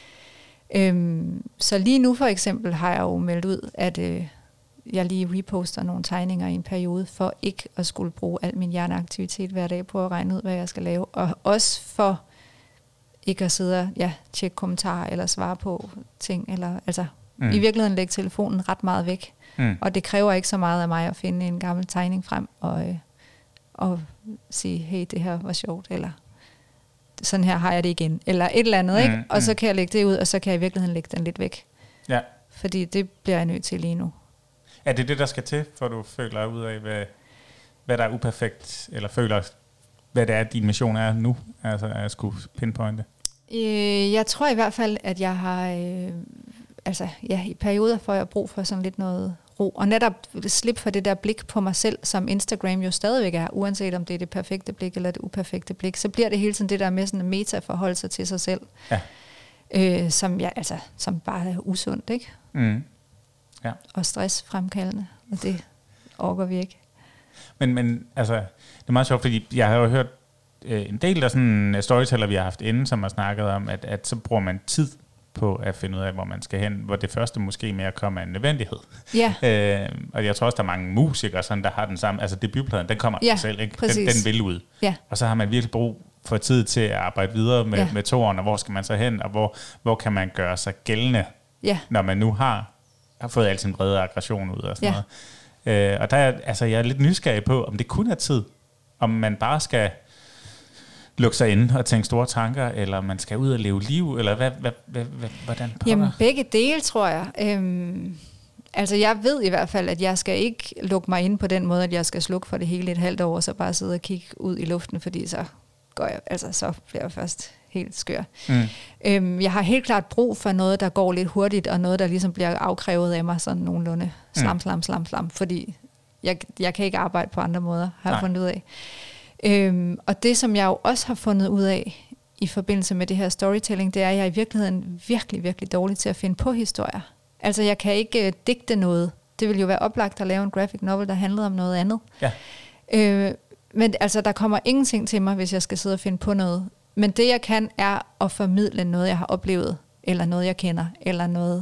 Så lige nu for eksempel har jeg jo meldt ud, at jeg lige reposter nogle tegninger i en periode, for ikke at skulle bruge al min hjerneaktivitet hver dag på at regne ud, hvad jeg skal lave. Og også for ikke at sidde og tjekke kommentarer eller svare på ting. Eller, altså, i virkeligheden lægge telefonen ret meget væk. Og det kræver ikke så meget af mig at finde en gammel tegning frem og sige, hey, det her var sjovt, eller sådan her har jeg det igen, eller et eller andet, ikke? Og så kan jeg lægge det ud, og så kan jeg i virkeligheden lægge den lidt væk. Ja. Fordi det bliver jeg nødt til lige nu. Er det det, der skal til, for du føler ud af, hvad der er uperfekt, eller føler, hvad det er, din mission er nu, altså at skulle pinpointe? Jeg tror i hvert fald, at jeg har, i perioder får jeg brug for sådan lidt noget ro, og netop slip for det der blik på mig selv, som Instagram jo stadigvæk er, uanset om det er det perfekte blik eller det uperfekte blik, så bliver det hele tiden det der med sådan en meta-forhold sig til sig selv, som bare er usundt, ikke? Ja. Og stressfremkaldende, og det orker vi ikke. Men altså, det er meget sjovt, fordi jeg har jo hørt en del af sådan storyteller, vi har haft inde, som har snakket om, at så bruger man tid på at finde ud af, hvor man skal hen, hvor det første måske mere kommer af en nødvendighed. Ja. Og jeg tror også, der er mange musikere, sådan, der har den samme, altså debutpladen, den kommer af sig selv, ikke? Den vil ud. Ja. Og så har man virkelig brug for tid til at arbejde videre med toeren, og hvor skal man så hen, og hvor kan man gøre sig gældende, når man nu har fået al sin brede aggression ud og sådan noget. Og der er, jeg er lidt nysgerrig på, om det kun er tid, om man bare skal lukke sig inde og tænke store tanker, eller man skal ud og leve liv, eller hvordan? Jamen, begge dele, tror jeg. Altså, jeg ved i hvert fald, at jeg skal ikke lukke mig ind på den måde, at jeg skal slukke for det hele et halvt år, og så bare sidde og kigge ud i luften, fordi så bliver jeg først helt skør. Jeg har helt klart brug for noget, der går lidt hurtigt, og noget, der ligesom bliver afkrævet af mig sådan nogenlunde slam, fordi jeg kan ikke arbejde på andre måder, har jeg fundet ud af. Og det, som jeg jo også har fundet ud af i forbindelse med det her storytelling, det er, at jeg i virkeligheden virkelig, virkelig dårlig til at finde på historier. Altså, jeg kan ikke digte noget. Det ville jo være oplagt at lave en graphic novel, der handlede om noget andet. Ja. Men altså, der kommer ingenting til mig, hvis jeg skal sidde og finde på noget. Men det, jeg kan, er at formidle noget, jeg har oplevet, eller noget, jeg kender, eller noget,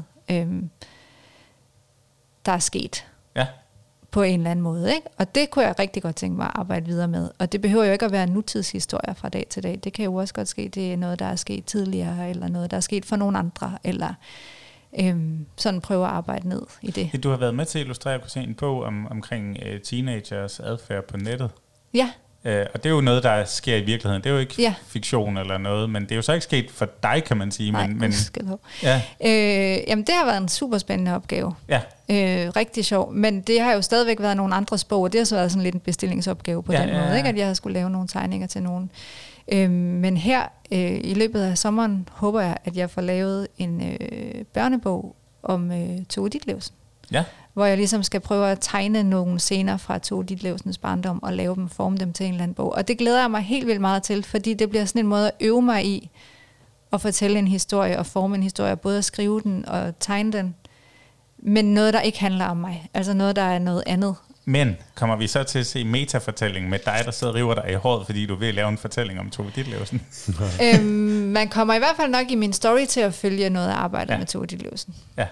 der er sket. Ja. På en eller anden måde, ikke? Og det kunne jeg rigtig godt tænke mig at arbejde videre med. Og det behøver jo ikke at være nutidshistorier fra dag til dag. Det kan jo også godt ske, det er noget, der er sket tidligere, eller noget, der er sket for nogle andre, eller sådan prøve at arbejde ned i det. Du har været med til at illustrere på en bog omkring teenagers adfærd på nettet. Ja. Og det er jo noget, der sker i virkeligheden. Det er jo ikke fiktion eller noget, men det er jo så ikke sket for dig, kan man sige. Nej, men ja. Jamen, det har været en super spændende opgave. Ja. Rigtig sjov. Men det har jo stadigvæk været nogle andres bog, og det har så været sådan lidt en bestillingsopgave på den måde, ikke? At jeg har skulle lave nogle tegninger til nogen. Men her i løbet af sommeren håber jeg, at jeg får lavet en børnebog om Tove Ditlevsen. Ja. Hvor jeg ligesom skal prøve at tegne nogle scener fra Tove Ditlevsens barndom og lave dem, forme dem til en eller anden bog. Og det glæder jeg mig helt vildt meget til, fordi det bliver sådan en måde at øve mig i at fortælle en historie og forme en historie, både at skrive den og tegne den, men noget, der ikke handler om mig. Altså noget, der er noget andet. Men kommer vi så til at se metafortælling med dig, der sidder og river dig i håret, fordi du vil lave en fortælling om Tove Ditlevsen? Man kommer i hvert fald nok i min story til at følge noget af arbejdet med Tove Ditlevsen. Ja.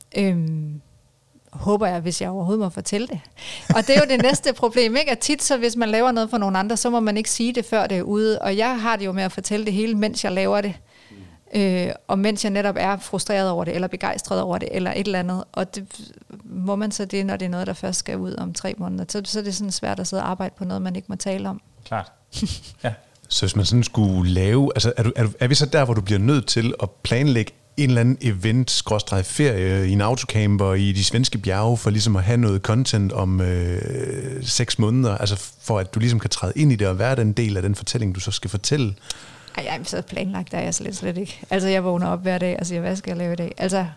Håber jeg, hvis jeg overhovedet må fortælle det. Og det er jo det næste problem, ikke? At tit, så hvis man laver noget for nogen andre, så må man ikke sige det, før det er ude. Og jeg har det jo med at fortælle det hele, mens jeg laver det. Og mens jeg netop er frustreret over det, eller begejstret over det, eller et eller andet. Og det må man så det, når det er noget, der først skal ud om 3 måneder. Så er det sådan svært at sidde og arbejde på noget, man ikke må tale om. Klart. Ja. Så hvis man sådan skulle lave... Altså er vi så der, hvor du bliver nødt til at planlægge en eller anden event-ferie i en autocamper i de svenske bjerge, for ligesom at have noget content om 6 måneder, altså for at du ligesom kan træde ind i det og være den del af den fortælling, du så skal fortælle? Ej, så planlagt er jeg slet ikke. Altså, jeg vågner op hver dag og siger, hvad skal jeg lave i dag? Altså,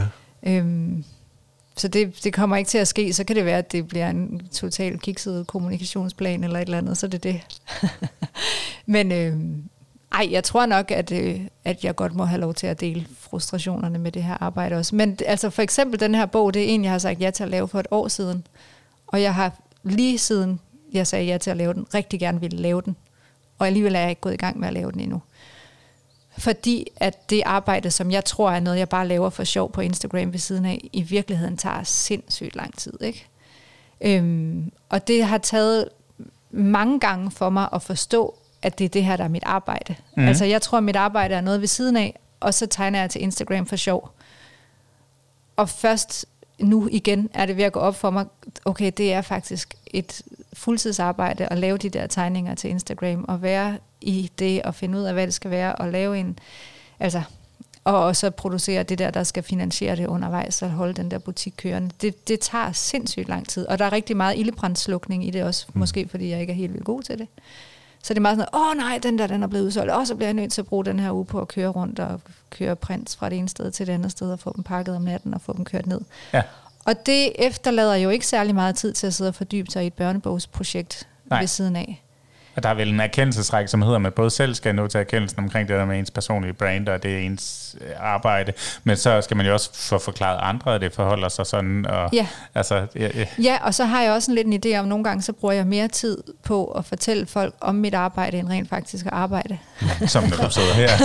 så det kommer ikke til at ske. Så kan det være, at det bliver en total kikset kommunikationsplan eller et eller andet, så det er det. Men jeg tror nok, at jeg godt må have lov til at dele frustrationerne med det her arbejde også. Men altså for eksempel den her bog, det er en, jeg har sagt ja til at lave for et år siden. Og jeg har lige siden jeg sagde ja til at lave den, rigtig gerne ville lave den. Og alligevel er jeg ikke gået i gang med at lave den endnu. Fordi at det arbejde, som jeg tror er noget, jeg bare laver for sjov på Instagram ved siden af, i virkeligheden tager sindssygt lang tid, ikke? Og det har taget mange gange for mig at forstå, at det er det her, der er mit arbejde. Mm. Altså jeg tror, at mit arbejde er noget ved siden af, og så tegner jeg til Instagram for sjov. Og først nu igen er det ved at gå op for mig, okay, det er faktisk et fuldtidsarbejde at lave de der tegninger til Instagram, og være i det, og finde ud af, hvad det skal være, og lave en, altså, og så producere det der skal finansiere det undervejs, og holde den der butik kørende. Det tager sindssygt lang tid, og der er rigtig meget ildebrandslukning i det også, måske fordi jeg ikke er helt vildt god til det. Så det er meget sådan, nej, den er blevet udsolgt, og så bliver jeg nødt til at bruge den her uge på at køre rundt og køre prints fra det ene sted til det andet sted, og få dem pakket om natten og få dem kørt ned. Ja. Og det efterlader jo ikke særlig meget tid til at sidde og fordybe sig i et børnebogsprojekt ved siden af. Og der er vel en erkendelsesrække, som hedder, at man både selv skal nå til erkendelsen omkring det der med ens personlige brand, og det er ens arbejde, men så skal man jo også få forklaret andre, at det forholder sig sådan. Og, ja, og så har jeg også lidt en idé om, nogle gange så bruger jeg mere tid på at fortælle folk om mit arbejde, end rent faktisk at arbejde. Som når du sidder her.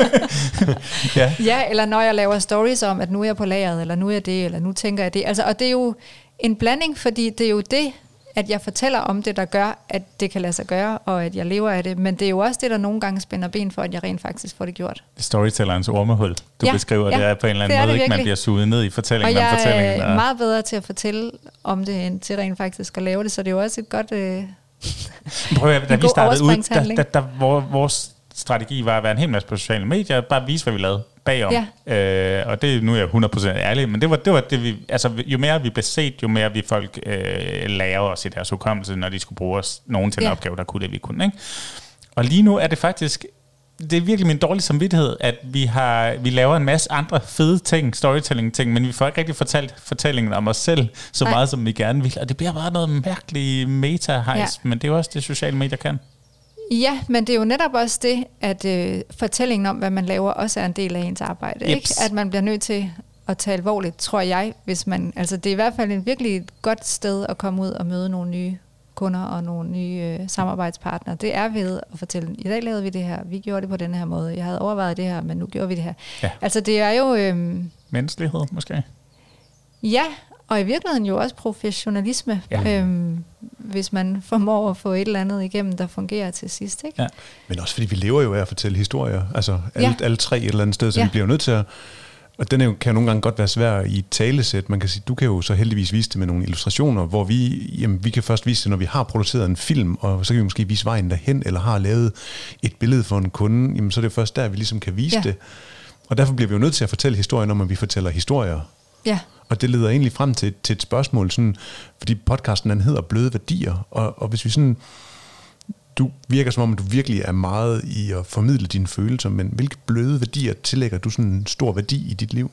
Ja, eller når jeg laver stories om, at nu er jeg på lageret, eller nu er jeg det, eller nu tænker jeg det. Altså, og det er jo en blanding, fordi det er jo det, at jeg fortæller om det, der gør, at det kan lade sig gøre, og at jeg lever af det. Men det er jo også det, der nogle gange spænder ben for, at jeg rent faktisk får det gjort. Storytellerens ormehul. Du beskriver det på en eller anden måde, ikke? Man bliver suget ned i fortællingen. Og jeg er meget bedre til at fortælle om det, end til rent faktisk at lave det. Så det er jo også et godt Prøv at, da vi startede ud, vores strategi var at være en hel masse på sociale medier, bare vise, hvad vi lavede bagom. Ja. Og det nu er jeg 100% ærlig, men det var det, vi... Altså, jo mere vi blev set, jo mere vi folk lærer os i deres hukommelse, når de skulle bruge os nogen til en opgave, der kunne det, vi kunne. Ikke? Og lige nu er det faktisk... Det er virkelig min dårlige samvittighed, at vi laver en masse andre fede ting, storytelling-ting, men vi får ikke rigtig fortalt fortællingen om os selv så meget, som vi gerne vil. Og det bliver bare noget mærkeligt meta-hejs, men det er jo også det, sociale medier kan. Ja, men det er jo netop også det, at fortællingen om, hvad man laver, også er en del af ens arbejde. Ikke? At man bliver nødt til at tage alvorligt, tror jeg, hvis man... Altså, det er i hvert fald et virkelig godt sted at komme ud og møde nogle nye kunder og nogle nye samarbejdspartnere. Det er ved at fortælle, i dag lavede vi det her, vi gjorde det på den her måde, jeg havde overvejet det her, men nu gjorde vi det her. Ja. Altså, det er jo... menneskelighed, måske? Ja, og i virkeligheden jo også professionalisme, hvis man formår at få et eller andet igennem, der fungerer til sidst. Ikke? Ja. Men også fordi vi lever jo af at fortælle historier. Altså alle tre et eller andet sted, så vi bliver nødt til at... Og den kan jo nogle gange godt være svær i talesæt. Man kan sige, du kan jo så heldigvis vise det med nogle illustrationer, hvor vi kan først vise det, når vi har produceret en film, og så kan vi måske vise vejen derhen, eller har lavet et billede for en kunde. Jamen, så er det først der, vi ligesom kan vise det. Og derfor bliver vi jo nødt til at fortælle historier, når vi fortæller historier. Ja. Og det leder egentlig frem til et spørgsmål, sådan, fordi podcasten den hedder Bløde Værdier, og hvis vi sådan... Du virker som om, du virkelig er meget i at formidle dine følelser, men hvilke bløde værdier tillægger du sådan en stor værdi i dit liv?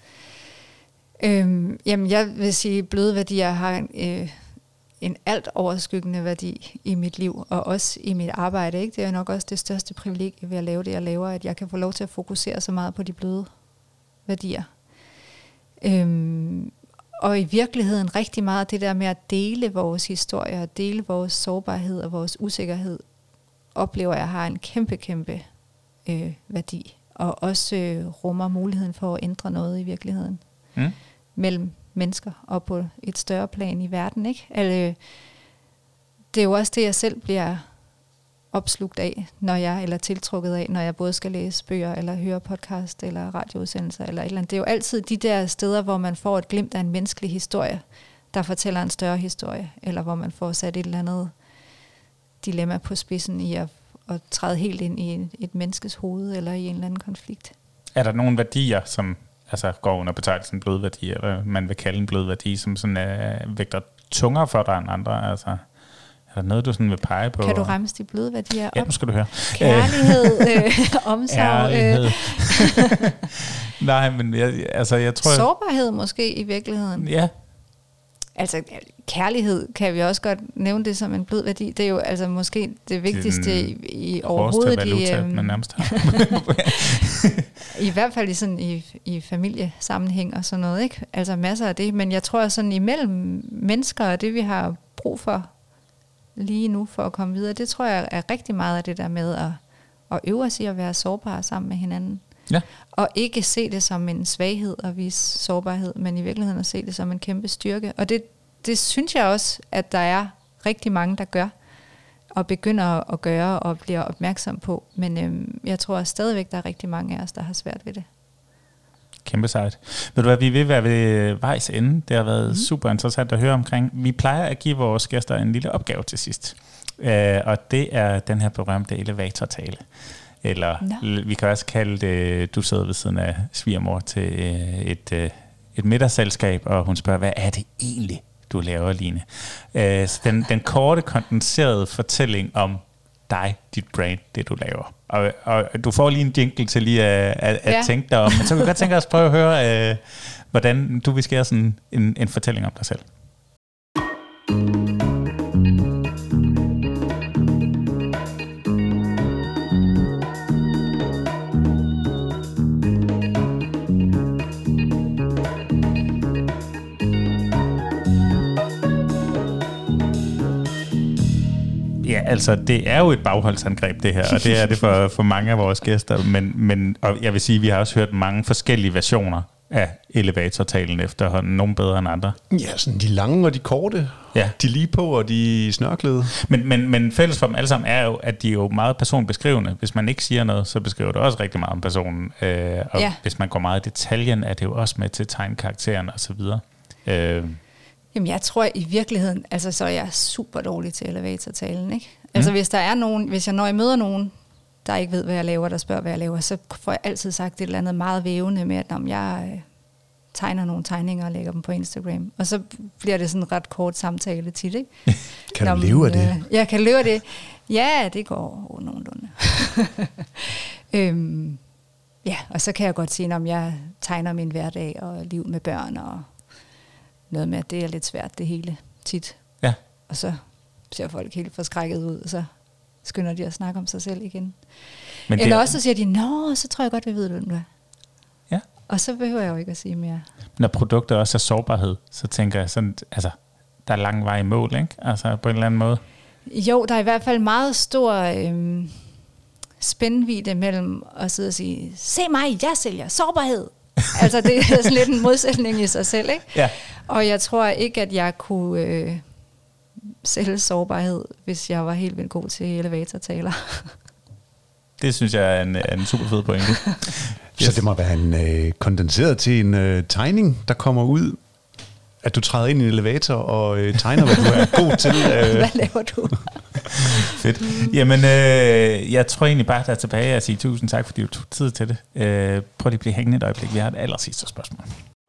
Jamen, jeg vil sige, at bløde værdier har en alt overskyggende værdi i mit liv, og også i mit arbejde. Ikke? Det er nok også det største privilegie ved at lave det, jeg laver, at jeg kan få lov til at fokusere så meget på de bløde værdier. Og i virkeligheden rigtig meget det der med at dele vores historier, dele vores sårbarhed og vores usikkerhed, oplever jeg har en kæmpe værdi. Og også rummer muligheden for at ændre noget i virkeligheden. Mellem mennesker og på et større plan i verden. Ikke? Altså, det er jo også det, jeg selv bliver opslugt af, eller tiltrukket af, når jeg både skal læse bøger, eller høre podcast, eller radioudsendelser, eller et eller andet. Det er jo altid de der steder, hvor man får et glimt af en menneskelig historie, der fortæller en større historie, eller hvor man får sat et eller andet dilemma på spidsen i at træde helt ind i et menneskes hoved, eller i en eller anden konflikt. Er der nogle værdier, som går under betegnelsen bløde værdier, eller man vil kalde en blød værdi, som sådan vægter tungere for dig end andre, altså? Er der noget, du sådan vil pege på? Kan du ramse de bløde værdier op? Ja, nu skal du høre. Kærlighed, omsorg. Nej, men jeg tror... Sårbarhed måske i virkeligheden. Ja. Altså, kærlighed kan vi også godt nævne det som en blød værdi. Det er jo altså måske det vigtigste i overhovedet. Valuta, man nærmest har. I hvert fald i familiesammenhæng og sådan noget, ikke? Altså masser af det. Men jeg tror sådan imellem mennesker og det, vi har brug for lige nu for at komme videre, det tror jeg er rigtig meget af det der med at øve os i at være sårbare sammen med hinanden. Ja. Og ikke se det som en svaghed at vise sårbarhed, men i virkeligheden at se det som en kæmpe styrke. Og det synes jeg også, at der er rigtig mange, der gør, og begynder at gøre og bliver opmærksom på. Men jeg tror stadigvæk, der er rigtig mange af os, der har svært ved det. Kæmpe sejt. Ved du hvad, vi vil være ved vejs ende. Det har været super interessant at høre omkring. Vi plejer at give vores gæster en lille opgave til sidst. Og det er den her berømte elevatortale. Eller vi kan også kalde det, du sidder ved siden af svigermor til et middagsselskab, og hun spørger, hvad er det egentlig, du laver, Line? Den korte, kondenserede fortælling om dig, dit brand, det du laver. Og du får lige en jingle til lige at tænke dig om. Men så kan vi godt tænke os at prøve at høre, hvordan du vil skære sådan en fortælling om dig selv. Ja, altså det er jo et bagholdsangreb det her, og det er det for mange af vores gæster, men og jeg vil sige, at vi har også hørt mange forskellige versioner af elevatortalen efterhånden, nogle bedre end andre. Ja, sådan de lange og de korte, de lige på og de snørklede. Men fælles for dem alle sammen er jo, at de er jo meget personbeskrivende. Hvis man ikke siger noget, så beskriver det også rigtig meget om personen, og hvis man går meget i detaljen, er det jo også med til at tegne karakteren og så videre. Jamen, jeg tror i virkeligheden, altså så er jeg super dårlig til elevatortalen, ikke? Altså hvis der er nogen, hvis jeg når jeg møder nogen, der ikke ved, hvad jeg laver, der spørger, hvad jeg laver, så får jeg altid sagt et eller andet meget vævende med, at jeg tegner nogle tegninger og lægger dem på Instagram. Og så bliver det sådan en ret kort samtale tit, ikke? Kan du leve af det? Jeg kan leve af det. Ja, det går nogenlunde. Ja, og så kan jeg godt sige, om jeg tegner min hverdag og liv med børn og noget med, at det er lidt svært det hele tit. Ja. Og så ser folk helt forskrækket ud, og så skynder de at snakke om sig selv igen. Men eller også så siger de, nå, så tror jeg godt, vi ved, hvem du er. Ja. Og så behøver jeg jo ikke at sige mere. Når produkter også er sårbarhed, så tænker jeg sådan, altså, der er lang vej i mål, ikke? Altså på en eller anden måde. Jo, der er i hvert fald meget stor spændvidde mellem at sidde og sige, se mig, jeg sælger sårbarhed. Altså det er sådan lidt en modsætning i sig selv, ikke? Ja. Og jeg tror ikke, at jeg kunne sælge sårbarhed, hvis jeg var helt vildt god til elevatortaler. Det synes jeg er en super fed pointe. Så det må være en kondenseret til en tegning, der kommer ud, at du træder ind i en elevator og tegner, hvad du er god til. Hvad laver du? Fedt. Jamen, jeg tror egentlig bare, at der er tilbage at sige tusind tak, fordi du tog tid til det. Prøv lige at blive hængende et øjeblik. Vi har et allersidste spørgsmål.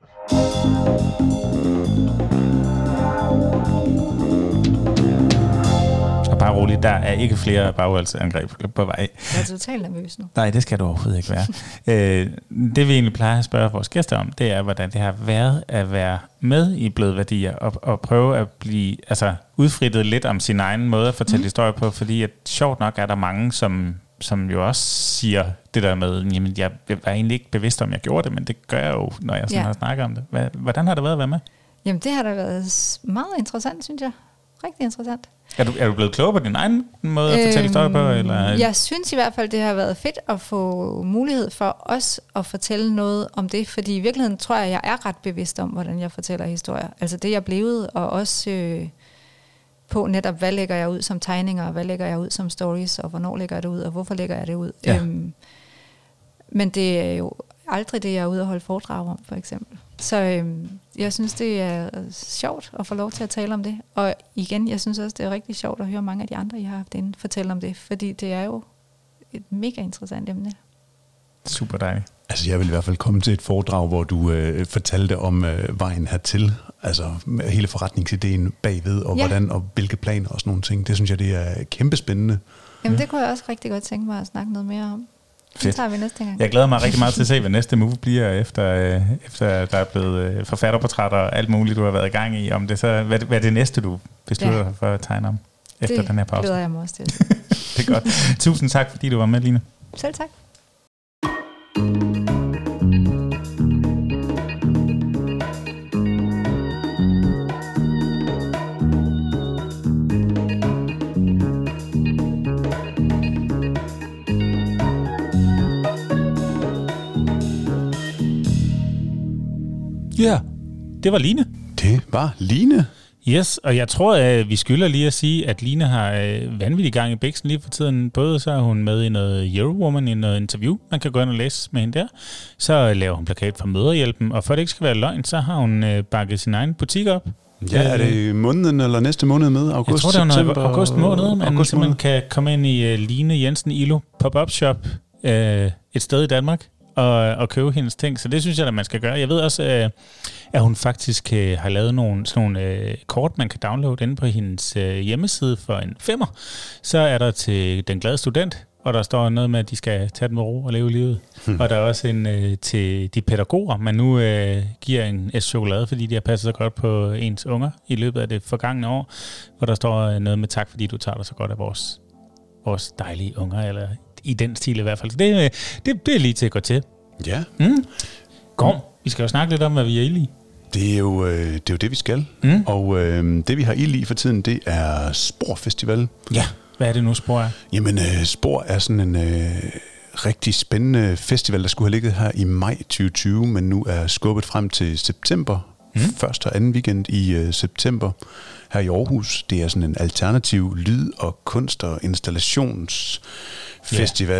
Bare roligt, der er ikke flere bagholdsangreb på vej. Jeg er totalt nervøs nu. Nej, det skal du overhovedet ikke være. Det vi egentlig plejer at spørge vores gæster om, det er, hvordan det har været at være med i Bløde Værdier og prøve at blive udfrittet lidt om sin egen måde at fortælle historier på, fordi at, sjovt nok er der mange, som jo også siger det der med, jamen jeg var egentlig ikke bevidst om, jeg gjorde det, men det gør jeg jo, når jeg sådan har snakket om det. Hvordan har det været at være med? Jamen det har da været meget interessant, synes jeg. Rigtig interessant. Er du blevet klogere på din egen måde at fortælle historier på? Eller? Jeg synes i hvert fald, det har været fedt at få mulighed for os at fortælle noget om det, fordi i virkeligheden tror jeg er ret bevidst om, hvordan jeg fortæller historier. Altså det, jeg er blevet, og også på netop, hvad lægger jeg ud som tegninger, og hvad lægger jeg ud som stories, og hvornår lægger jeg det ud, og hvorfor lægger jeg det ud. Ja. Men det er jo aldrig det, jeg er ude og holde foredrag om, for eksempel. Så jeg synes, det er sjovt at få lov til at tale om det. Og igen, jeg synes også, det er rigtig sjovt at høre mange af de andre, I har haft inde, fortælle om det. Fordi det er jo et mega interessant emne. Super dejligt. Altså jeg vil i hvert fald komme til et foredrag, hvor du fortalte om vejen hertil. Altså hele forretningsideen bagved, og hvordan og hvilke planer og sådan nogle ting. Det synes jeg, det er kæmpespændende. Jamen det kunne jeg også rigtig godt tænke mig at snakke noget mere om. Det tager vi næste gang. Jeg glæder mig rigtig meget til at se, hvad næste move bliver, efter der er blevet forfatterportrætter og alt muligt, du har været i gang i. Om det så, hvad er det næste, du beslutter for at tegne om efter den her pause? Det glæder jeg mig også til. Det er godt. Tusind tak, fordi du var med, Line. Selv tak. Ja, det var Line. Det var Line. Yes, og jeg tror, at vi skylder lige at sige, at Line har vanvittig gang i bæksen lige for tiden. Både så er hun med i noget Eurowoman, i noget interview, man kan gå ind og læse med hende der. Så laver hun plakat for Mødrehjælpen, og for det ikke skal være løgn, så har hun bakket sin egen butik op. Ja, er det måneden eller næste måned med? August, jeg tror, det er september, august måned, man simpelthen kan komme ind i Line Jensen Ilo pop-up shop et sted i Danmark og købe hendes ting. Så det synes jeg, at man skal gøre. Jeg ved også, at hun faktisk har lavet sådan nogle kort, man kan downloade inde på hendes hjemmeside for en 5'er. Så er der til den glade student, og der står noget med, at de skal tage den med ro og leve livet. Og der er også en til de pædagoger, man nu giver en chokolade, fordi de har passet så godt på ens unger i løbet af det forgangne år, hvor der står noget med tak, fordi du tager dig så godt af vores dejlige unger, eller i den stil i hvert fald. Så det er lige til at gå til. Ja. Kom, vi skal jo snakke lidt om, hvad vi er i. Det er jo det, vi skal. Og det, vi har i for tiden, det er Spor Festival. Ja, hvad er det nu, Spor er? Jamen, Spor er sådan en rigtig spændende festival, der skulle have ligget her i maj 2020, men nu er skubbet frem til september. Første og anden weekend i september her i Aarhus. Det er sådan en alternativ lyd- og kunst- og installationsfestival,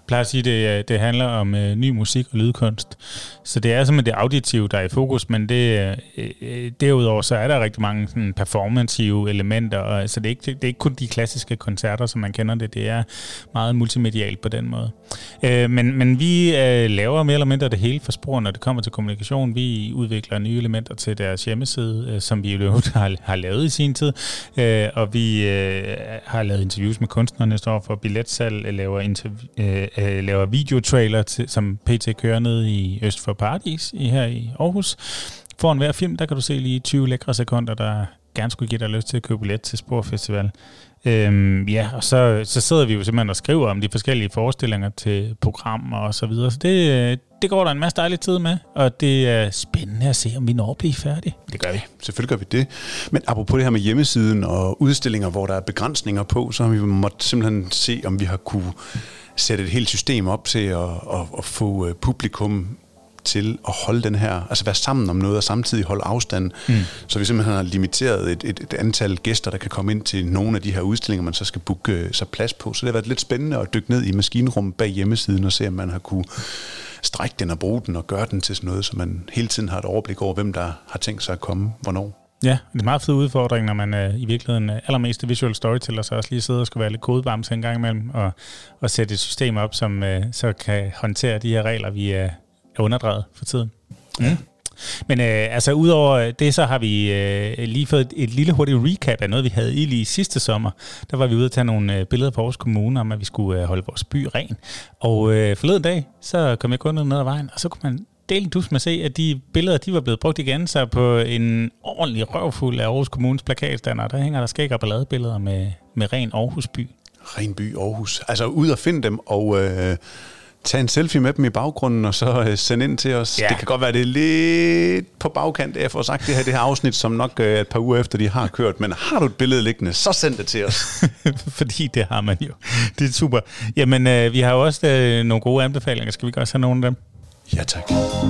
plejer at sige, at det handler om ny musik og lydkunst. Så det er simpelthen det auditive, der er i fokus, men derudover så er der rigtig mange sådan, performative elementer, og, så det er ikke kun de klassiske koncerter, som man kender det. Det er meget multimedialt på den måde. Men vi laver mere eller mindre det hele for spor, når det kommer til kommunikation. Vi udvikler nye elementer til deres hjemmeside, som vi jo har lavet i sin tid, og vi har lavet interviews med kunstnerne, står for billetsalg, laver videotrailer, som PT kører ned i Øst for Paradis her i Aarhus. Foran hver film, der kan du se lige 20 lækre sekunder, der gerne skulle give dig lyst til at købe billet til Spor Festival. Og så sidder vi jo simpelthen og skriver om de forskellige forestillinger til programmer og så videre. Så det går der en masse dejlig tid med, og det er spændende at se, om vi når at blive færdige. Det gør vi. Selvfølgelig gør vi det. Men apropos det her med hjemmesiden og udstillinger, hvor der er begrænsninger på, så har vi måttet simpelthen se, om vi har kunne sætte et helt system op til at få publikum til at holde den her, altså være sammen om noget og samtidig holde afstand. Så vi simpelthen har limiteret et antal gæster, der kan komme ind til nogle af de her udstillinger, man så skal booke sig plads på. Så det har været lidt spændende at dykke ned i maskinrummet bag hjemmesiden og se, om man har kunne strække den og bruge den og gøre den til sådan noget, så man hele tiden har et overblik over, hvem der har tænkt sig at komme, hvornår. Ja, det er en meget fed udfordring, når man i virkeligheden allermest visual storyteller, så også lige sidder og skal være lidt kodevarm til en gang imellem, og sætte et system op, som så kan håndtere de her regler, vi er underdrejet for tiden. Men udover det, så har vi lige fået et lille hurtigt recap af noget, vi havde i lige sidste sommer. Der var vi ude at tage nogle billeder fra Aarhus Kommune om, at vi skulle holde vores by ren. Og forleden dag, så kom jeg kun ned ad vejen, og så kunne man dele dus med at se, at de billeder, de var blevet brugt igen, så på en ordentlig røvfuld af Aarhus Kommunes plakatstander, der hænger der skæg og balladebilleder med ren Aarhus by. Ren by Aarhus. Altså ud og finde dem og tage en selfie med dem i baggrunden, og så sende ind til os. Ja. Det kan godt være, det er lidt på bagkant af, for sagt det her afsnit, som nok et par uger efter, de har kørt. Men har du et billede liggende, så send det til os. Fordi det har man jo. Det er super. Jamen, vi har jo også nogle gode anbefalinger. Skal vi også have nogle af dem? Ja, tak.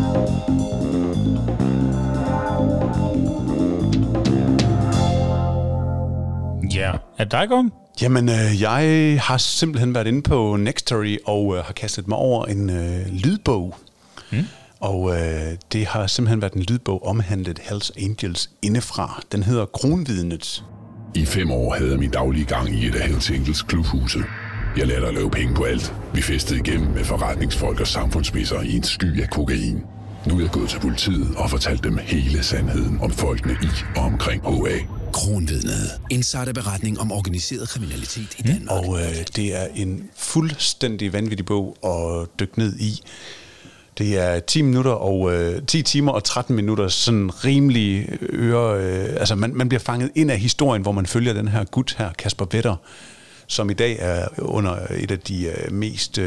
Ja, er det dig, Gorm? Jamen, jeg har simpelthen været inde på Nextory og har kastet mig over en lydbog. Og det har simpelthen været en lydbog omhandlet Hells Angels indefra. Den hedder Kronvidnet. I 5 år havde jeg min daglige gang i et af Hells Angels klubhuse. Jeg lærte at lave penge på alt. Vi festede igennem med forretningsfolk og samfundsmisser i en sky af kokain. Nu er jeg gået til politiet og fortalt dem hele sandheden om folkene i og omkring HA. Kronvidnet. Insiderberetning om organiseret kriminalitet i Danmark. Og det er en fuldstændig vanvittig bog at dykke ned i. Det er 10 timer og 13 minutter sådan rimelig altså man bliver fanget ind af historien, hvor man følger den her gut her, Kasper Vetter, som i dag er under et af de mest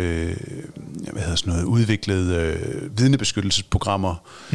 udviklede vidnebeskyttelsesprogrammer.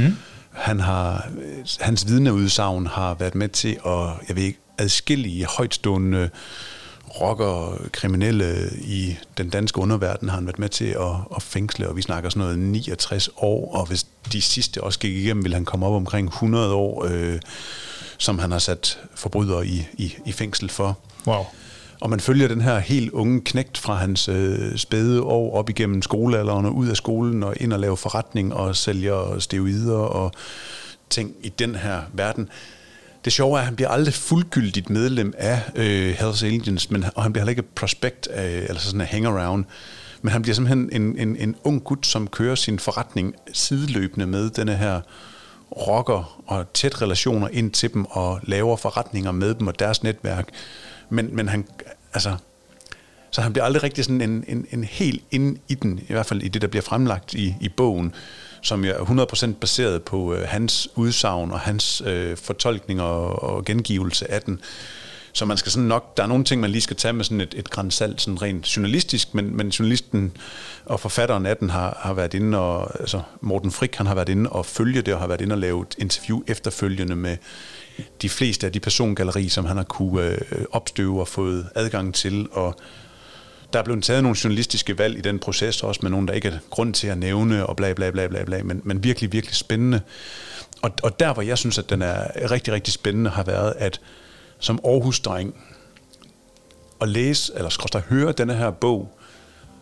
Hans vidneudsagn har været med til at, adskillige højtstående rockere, kriminelle i den danske underverden har han været med til at fængsle, og vi snakker sådan noget 69 år, og hvis de sidste også gik igennem, vil han komme op omkring 100 år, som han har sat forbrydere i fængsel for. Wow. Og man følger den her helt unge knægt fra hans spæde år op igennem skolealderen og ud af skolen og ind og lave forretning og sælger steroider og ting i den her verden. Det sjove er, at han bliver aldrig fuldgyldigt medlem af Hells Angels, og han bliver heller ikke prospect, eller sådan en hangaround, men han bliver simpelthen en ung gut, som kører sin forretning sideløbende med denne her rocker og tæt relationer ind til dem og laver forretninger med dem og deres netværk. Men han, altså, så han bliver aldrig rigtig sådan en helt inde i den, i hvert fald i det, der bliver fremlagt i bogen, som er 100% baseret på hans udsagn og hans fortolkning og gengivelse af den. Så man skal sådan nok, der er nogle ting, man lige skal tage med sådan et gran salt, sådan rent journalistisk, men journalisten og forfatteren af den har været inde, og altså Morten Frick, han har været inde og følge det, og har været inde og lave et interview efterfølgende med de fleste af de persongalleri, som han har kunne opstøve og fået adgang til, og der er blevet taget nogle journalistiske valg i den proces, også med nogen, der ikke er grund til at nævne, og bla bla bla bla bla, men virkelig, virkelig spændende. Og der, hvor jeg synes, at den er rigtig, rigtig spændende, har været, at som Aarhus-dreng at læse, eller høre denne her bog,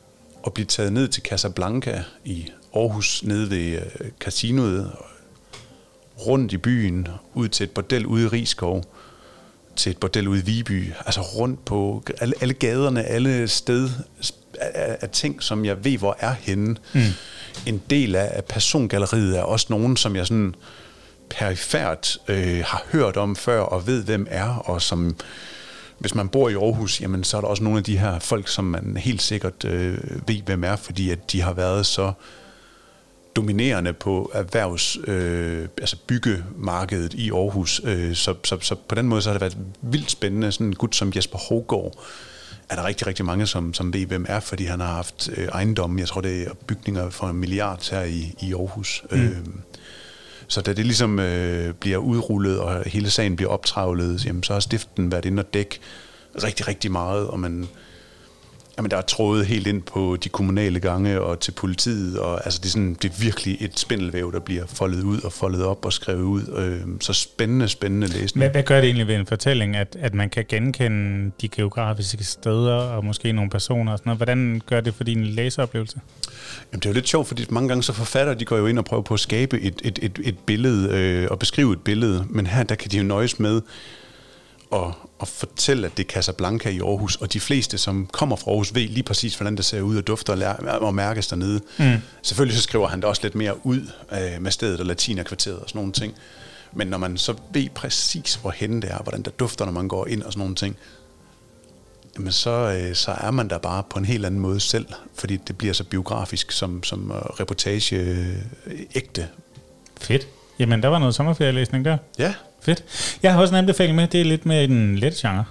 at blive taget ned til Casablanca i Aarhus, nede ved casinoet, rundt i byen, ud til et bordel ude i Rigskov, til et bordel ude i Viby, altså rundt på alle gaderne, alle steder af ting, som jeg ved, hvor er henne. En del af persongalleriet er også nogen, som jeg sådan perifært har hørt om før, og ved, hvem er, og som, hvis man bor i Aarhus, jamen, så er der også nogle af de her folk, som man helt sikkert ved, hvem er, fordi at de har været så dominerende på altså byggemarkedet i Aarhus. Så på den måde så har det været vildt spændende. Sådan en gut som Jesper Hougaard er der rigtig, rigtig mange, som ved, hvem er, fordi han har haft ejendomme. Jeg tror, det er bygninger for 1 milliard her i Aarhus. Så da det ligesom bliver udrullet, og hele sagen bliver optravlet, jamen, så har stiften været inde og dække rigtig, rigtig meget, og der er trådet helt ind på de kommunale gange og til politiet, og altså det er virkelig et spindelvæv, der bliver foldet ud og foldet op og skrevet ud. Så spændende læsning. Hvad gør det egentlig ved en fortælling, at man kan genkende de geografiske steder og måske nogle personer og sådan noget? Hvordan gør det for din læseoplevelse? Jamen, det er jo lidt sjovt, fordi mange gange så forfattere, de går jo ind og prøver på at skabe et billede og beskrive et billede, men her der kan de jo nøjes med og fortælle, at det er Casablanca i Aarhus, og de fleste, som kommer fra Aarhus, ved lige præcis, hvordan det ser ud og dufter og mærkes dernede. Selvfølgelig så skriver han det også lidt mere ud med stedet og latinerkvarteret og sådan nogle ting. Men når man så ved præcis, hvor henne det er, hvordan der dufter, når man går ind og sådan nogle ting, jamen så er man der bare på en helt anden måde selv, fordi det bliver så biografisk som reportage ægte. Fedt. Jamen, der var noget sommerferielæsning der. Ja. Fedt. Jeg har også en anbefaling med, det er lidt med den lette genre.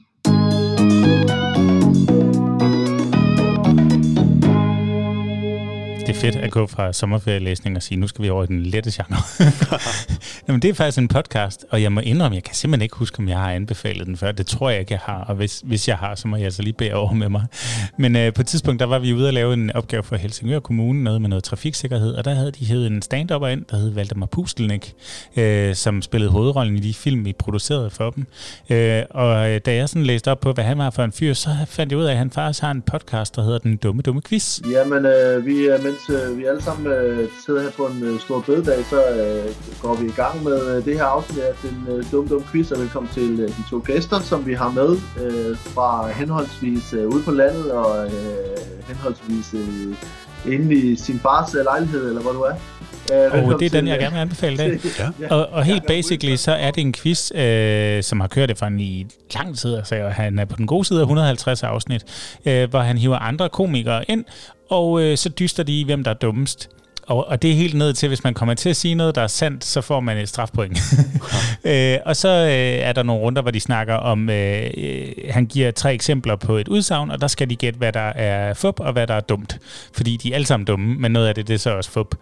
Det er fedt at gå fra sommerferielæsning og sige, nu skal vi over i den lette genre. Jamen, det er faktisk en podcast, og jeg må indrømme, jeg kan simpelthen ikke huske, om jeg har anbefalet den før. Det tror jeg ikke, jeg har, og hvis jeg har, så må jeg så lige bære over med mig. Men på et tidspunkt, der var vi ude at lave en opgave for Helsingør Kommune, noget med noget trafiksikkerhed, og der havde de hævet en stand-upper ind, der hed Valdemar Pustelnik, som spillede hovedrollen i de film, vi producerede for dem. Og da jeg sådan læste op på, hvad han var for en fyr, så fandt jeg ud af, at han faktisk har en podcast, der hedder Den Dumme Quiz. Jamen, mens vi alle sammen sidder her på en stor bededag, så går vi i gang med det her afsnit af Den Dumme Quiz, og velkommen til de 2 gæster, som vi har med fra henholdsvis ude på landet og henholdsvis inde i sin fars lejlighed, eller hvor du er. Og det er den, jeg gerne vil anbefale dig. Ja. Og helt basically, så er det en quiz, som har kørt det for i lang tid, altså, og han er på den gode side af 150 afsnit, hvor han hiver andre komikere ind, og så dyster de i, hvem der er dummest. Og det er helt ned til, hvis man kommer til at sige noget, der er sandt, så får man et strafpoint. Og så er der nogle runder, hvor de snakker om, han giver 3 eksempler på et udsagn, og der skal de gætte, hvad der er fup og hvad der er dumt. Fordi de er alle sammen dumme, men noget af det er så også fup.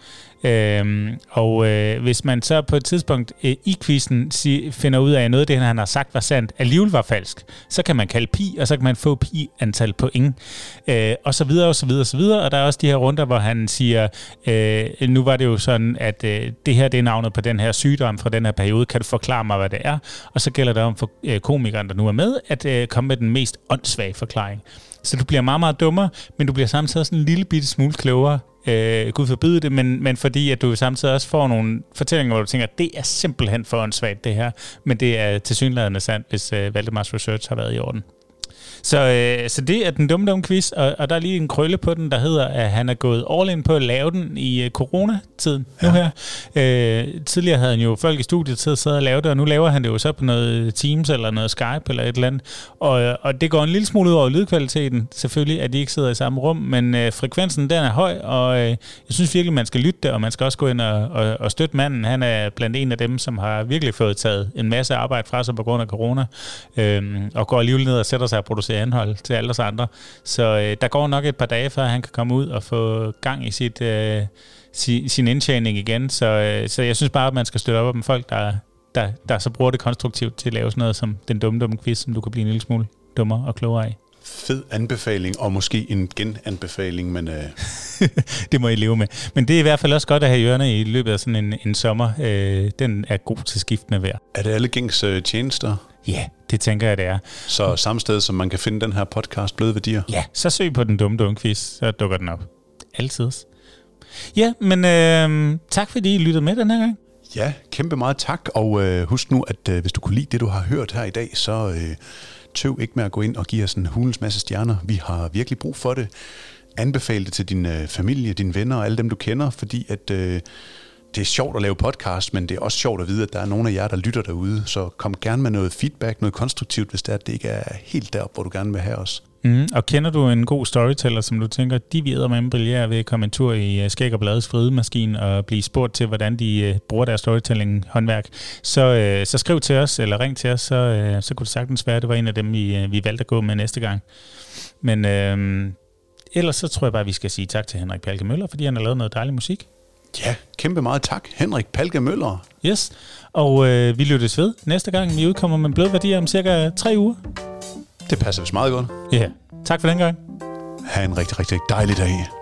Hvis man så på et tidspunkt i quizzen finder ud af, at noget af det, han har sagt var sandt, alligevel var falsk, så kan man kalde pi, og så kan man få pi-antal point. Og så videre, og så videre, og så videre. Og der er også de her runder, hvor han siger, nu var det jo sådan, at det her det er navnet på den her sygdom fra den her periode, kan du forklare mig, hvad det er? Og så gælder det om for komikeren, der nu er med, at komme med den mest åndssvage forklaring. Så du bliver meget, meget dummere, men du bliver samtidig sådan en lille bitte smule klogere. Gud forbyde det, men fordi at du samtidig også får nogle fortællinger, hvor du tænker, at det er simpelthen for åndssvagt det her, men det er tilsyneladende sandt, hvis Valdemars research har været i orden. Så det er den dumme quiz, og der er lige en krølle på den, der hedder, at han er gået all in på at lave den i coronatiden nu her. Tidligere havde han jo folk i studiet til at sidde og lave det, og nu laver han det jo så på noget Teams eller noget Skype eller et eller andet. Og det går en lille smule ud over lydkvaliteten, selvfølgelig, at de ikke sidder i samme rum, men frekvensen den er høj, og jeg synes virkelig, man skal lytte det, og man skal også gå ind og støtte manden. Han er blandt en af dem, som har virkelig fået taget en masse arbejde fra sig på grund af corona, og går alligevel ned og sætter sig og producerer anhold til alle os andre. Så der går nok et par dage, før han kan komme ud og få gang i sin indtjening igen. Så jeg synes bare, at man skal støtte op om folk, der så bruger det konstruktivt til at lave sådan noget som den dumme quiz, som du kan blive en lille smule dummere og klogere af. Fed anbefaling, og måske en genanbefaling, men... Det må I leve med. Men det er i hvert fald også godt at have hjørne i løbet af sådan en sommer. Den er god til skiftende vejr. Er det alle gængs tjenester? Ja, det tænker jeg, det er. Så samme sted, som man kan finde den her podcast, Bløde Værdier? Ja, så søg på den dumme quiz, så dukker den op. Altid. Ja, men tak fordi I lyttede med den her gang. Ja, kæmpe meget tak, og husk nu, at hvis du kunne lide det, du har hørt her i dag, så tøv ikke med at gå ind og give os en hulens masse stjerner. Vi har virkelig brug for det. Anbefale det til din familie, dine venner og alle dem, du kender, fordi at det er sjovt at lave podcast, men det er også sjovt at vide, at der er nogle af jer, der lytter derude. Så kom gerne med noget feedback, noget konstruktivt, hvis det er, at det ikke er helt derop, hvor du gerne vil have os. Og kender du en god storyteller, som du tænker, de virder med en brillere ved at komme en tur i Skæg og Blades vridemaskine og blive spurgt til, hvordan de bruger deres storytelling-håndværk, så skriv til os eller ring til os, så kunne det sagtens være, at det var en af dem, vi valgte at gå med næste gang. Men ellers så tror jeg bare, at vi skal sige tak til Henrik Palke Møller, fordi han har lavet noget dejlig musik. Ja, kæmpe meget tak, Henrik Palke Møller. Yes, og vi lyttes ved næste gang, vi udkommer med Bløde Værdier om cirka 3 uger. Det passer vist meget godt. Ja, tak for den gang. Ha' en rigtig, rigtig dejlig dag.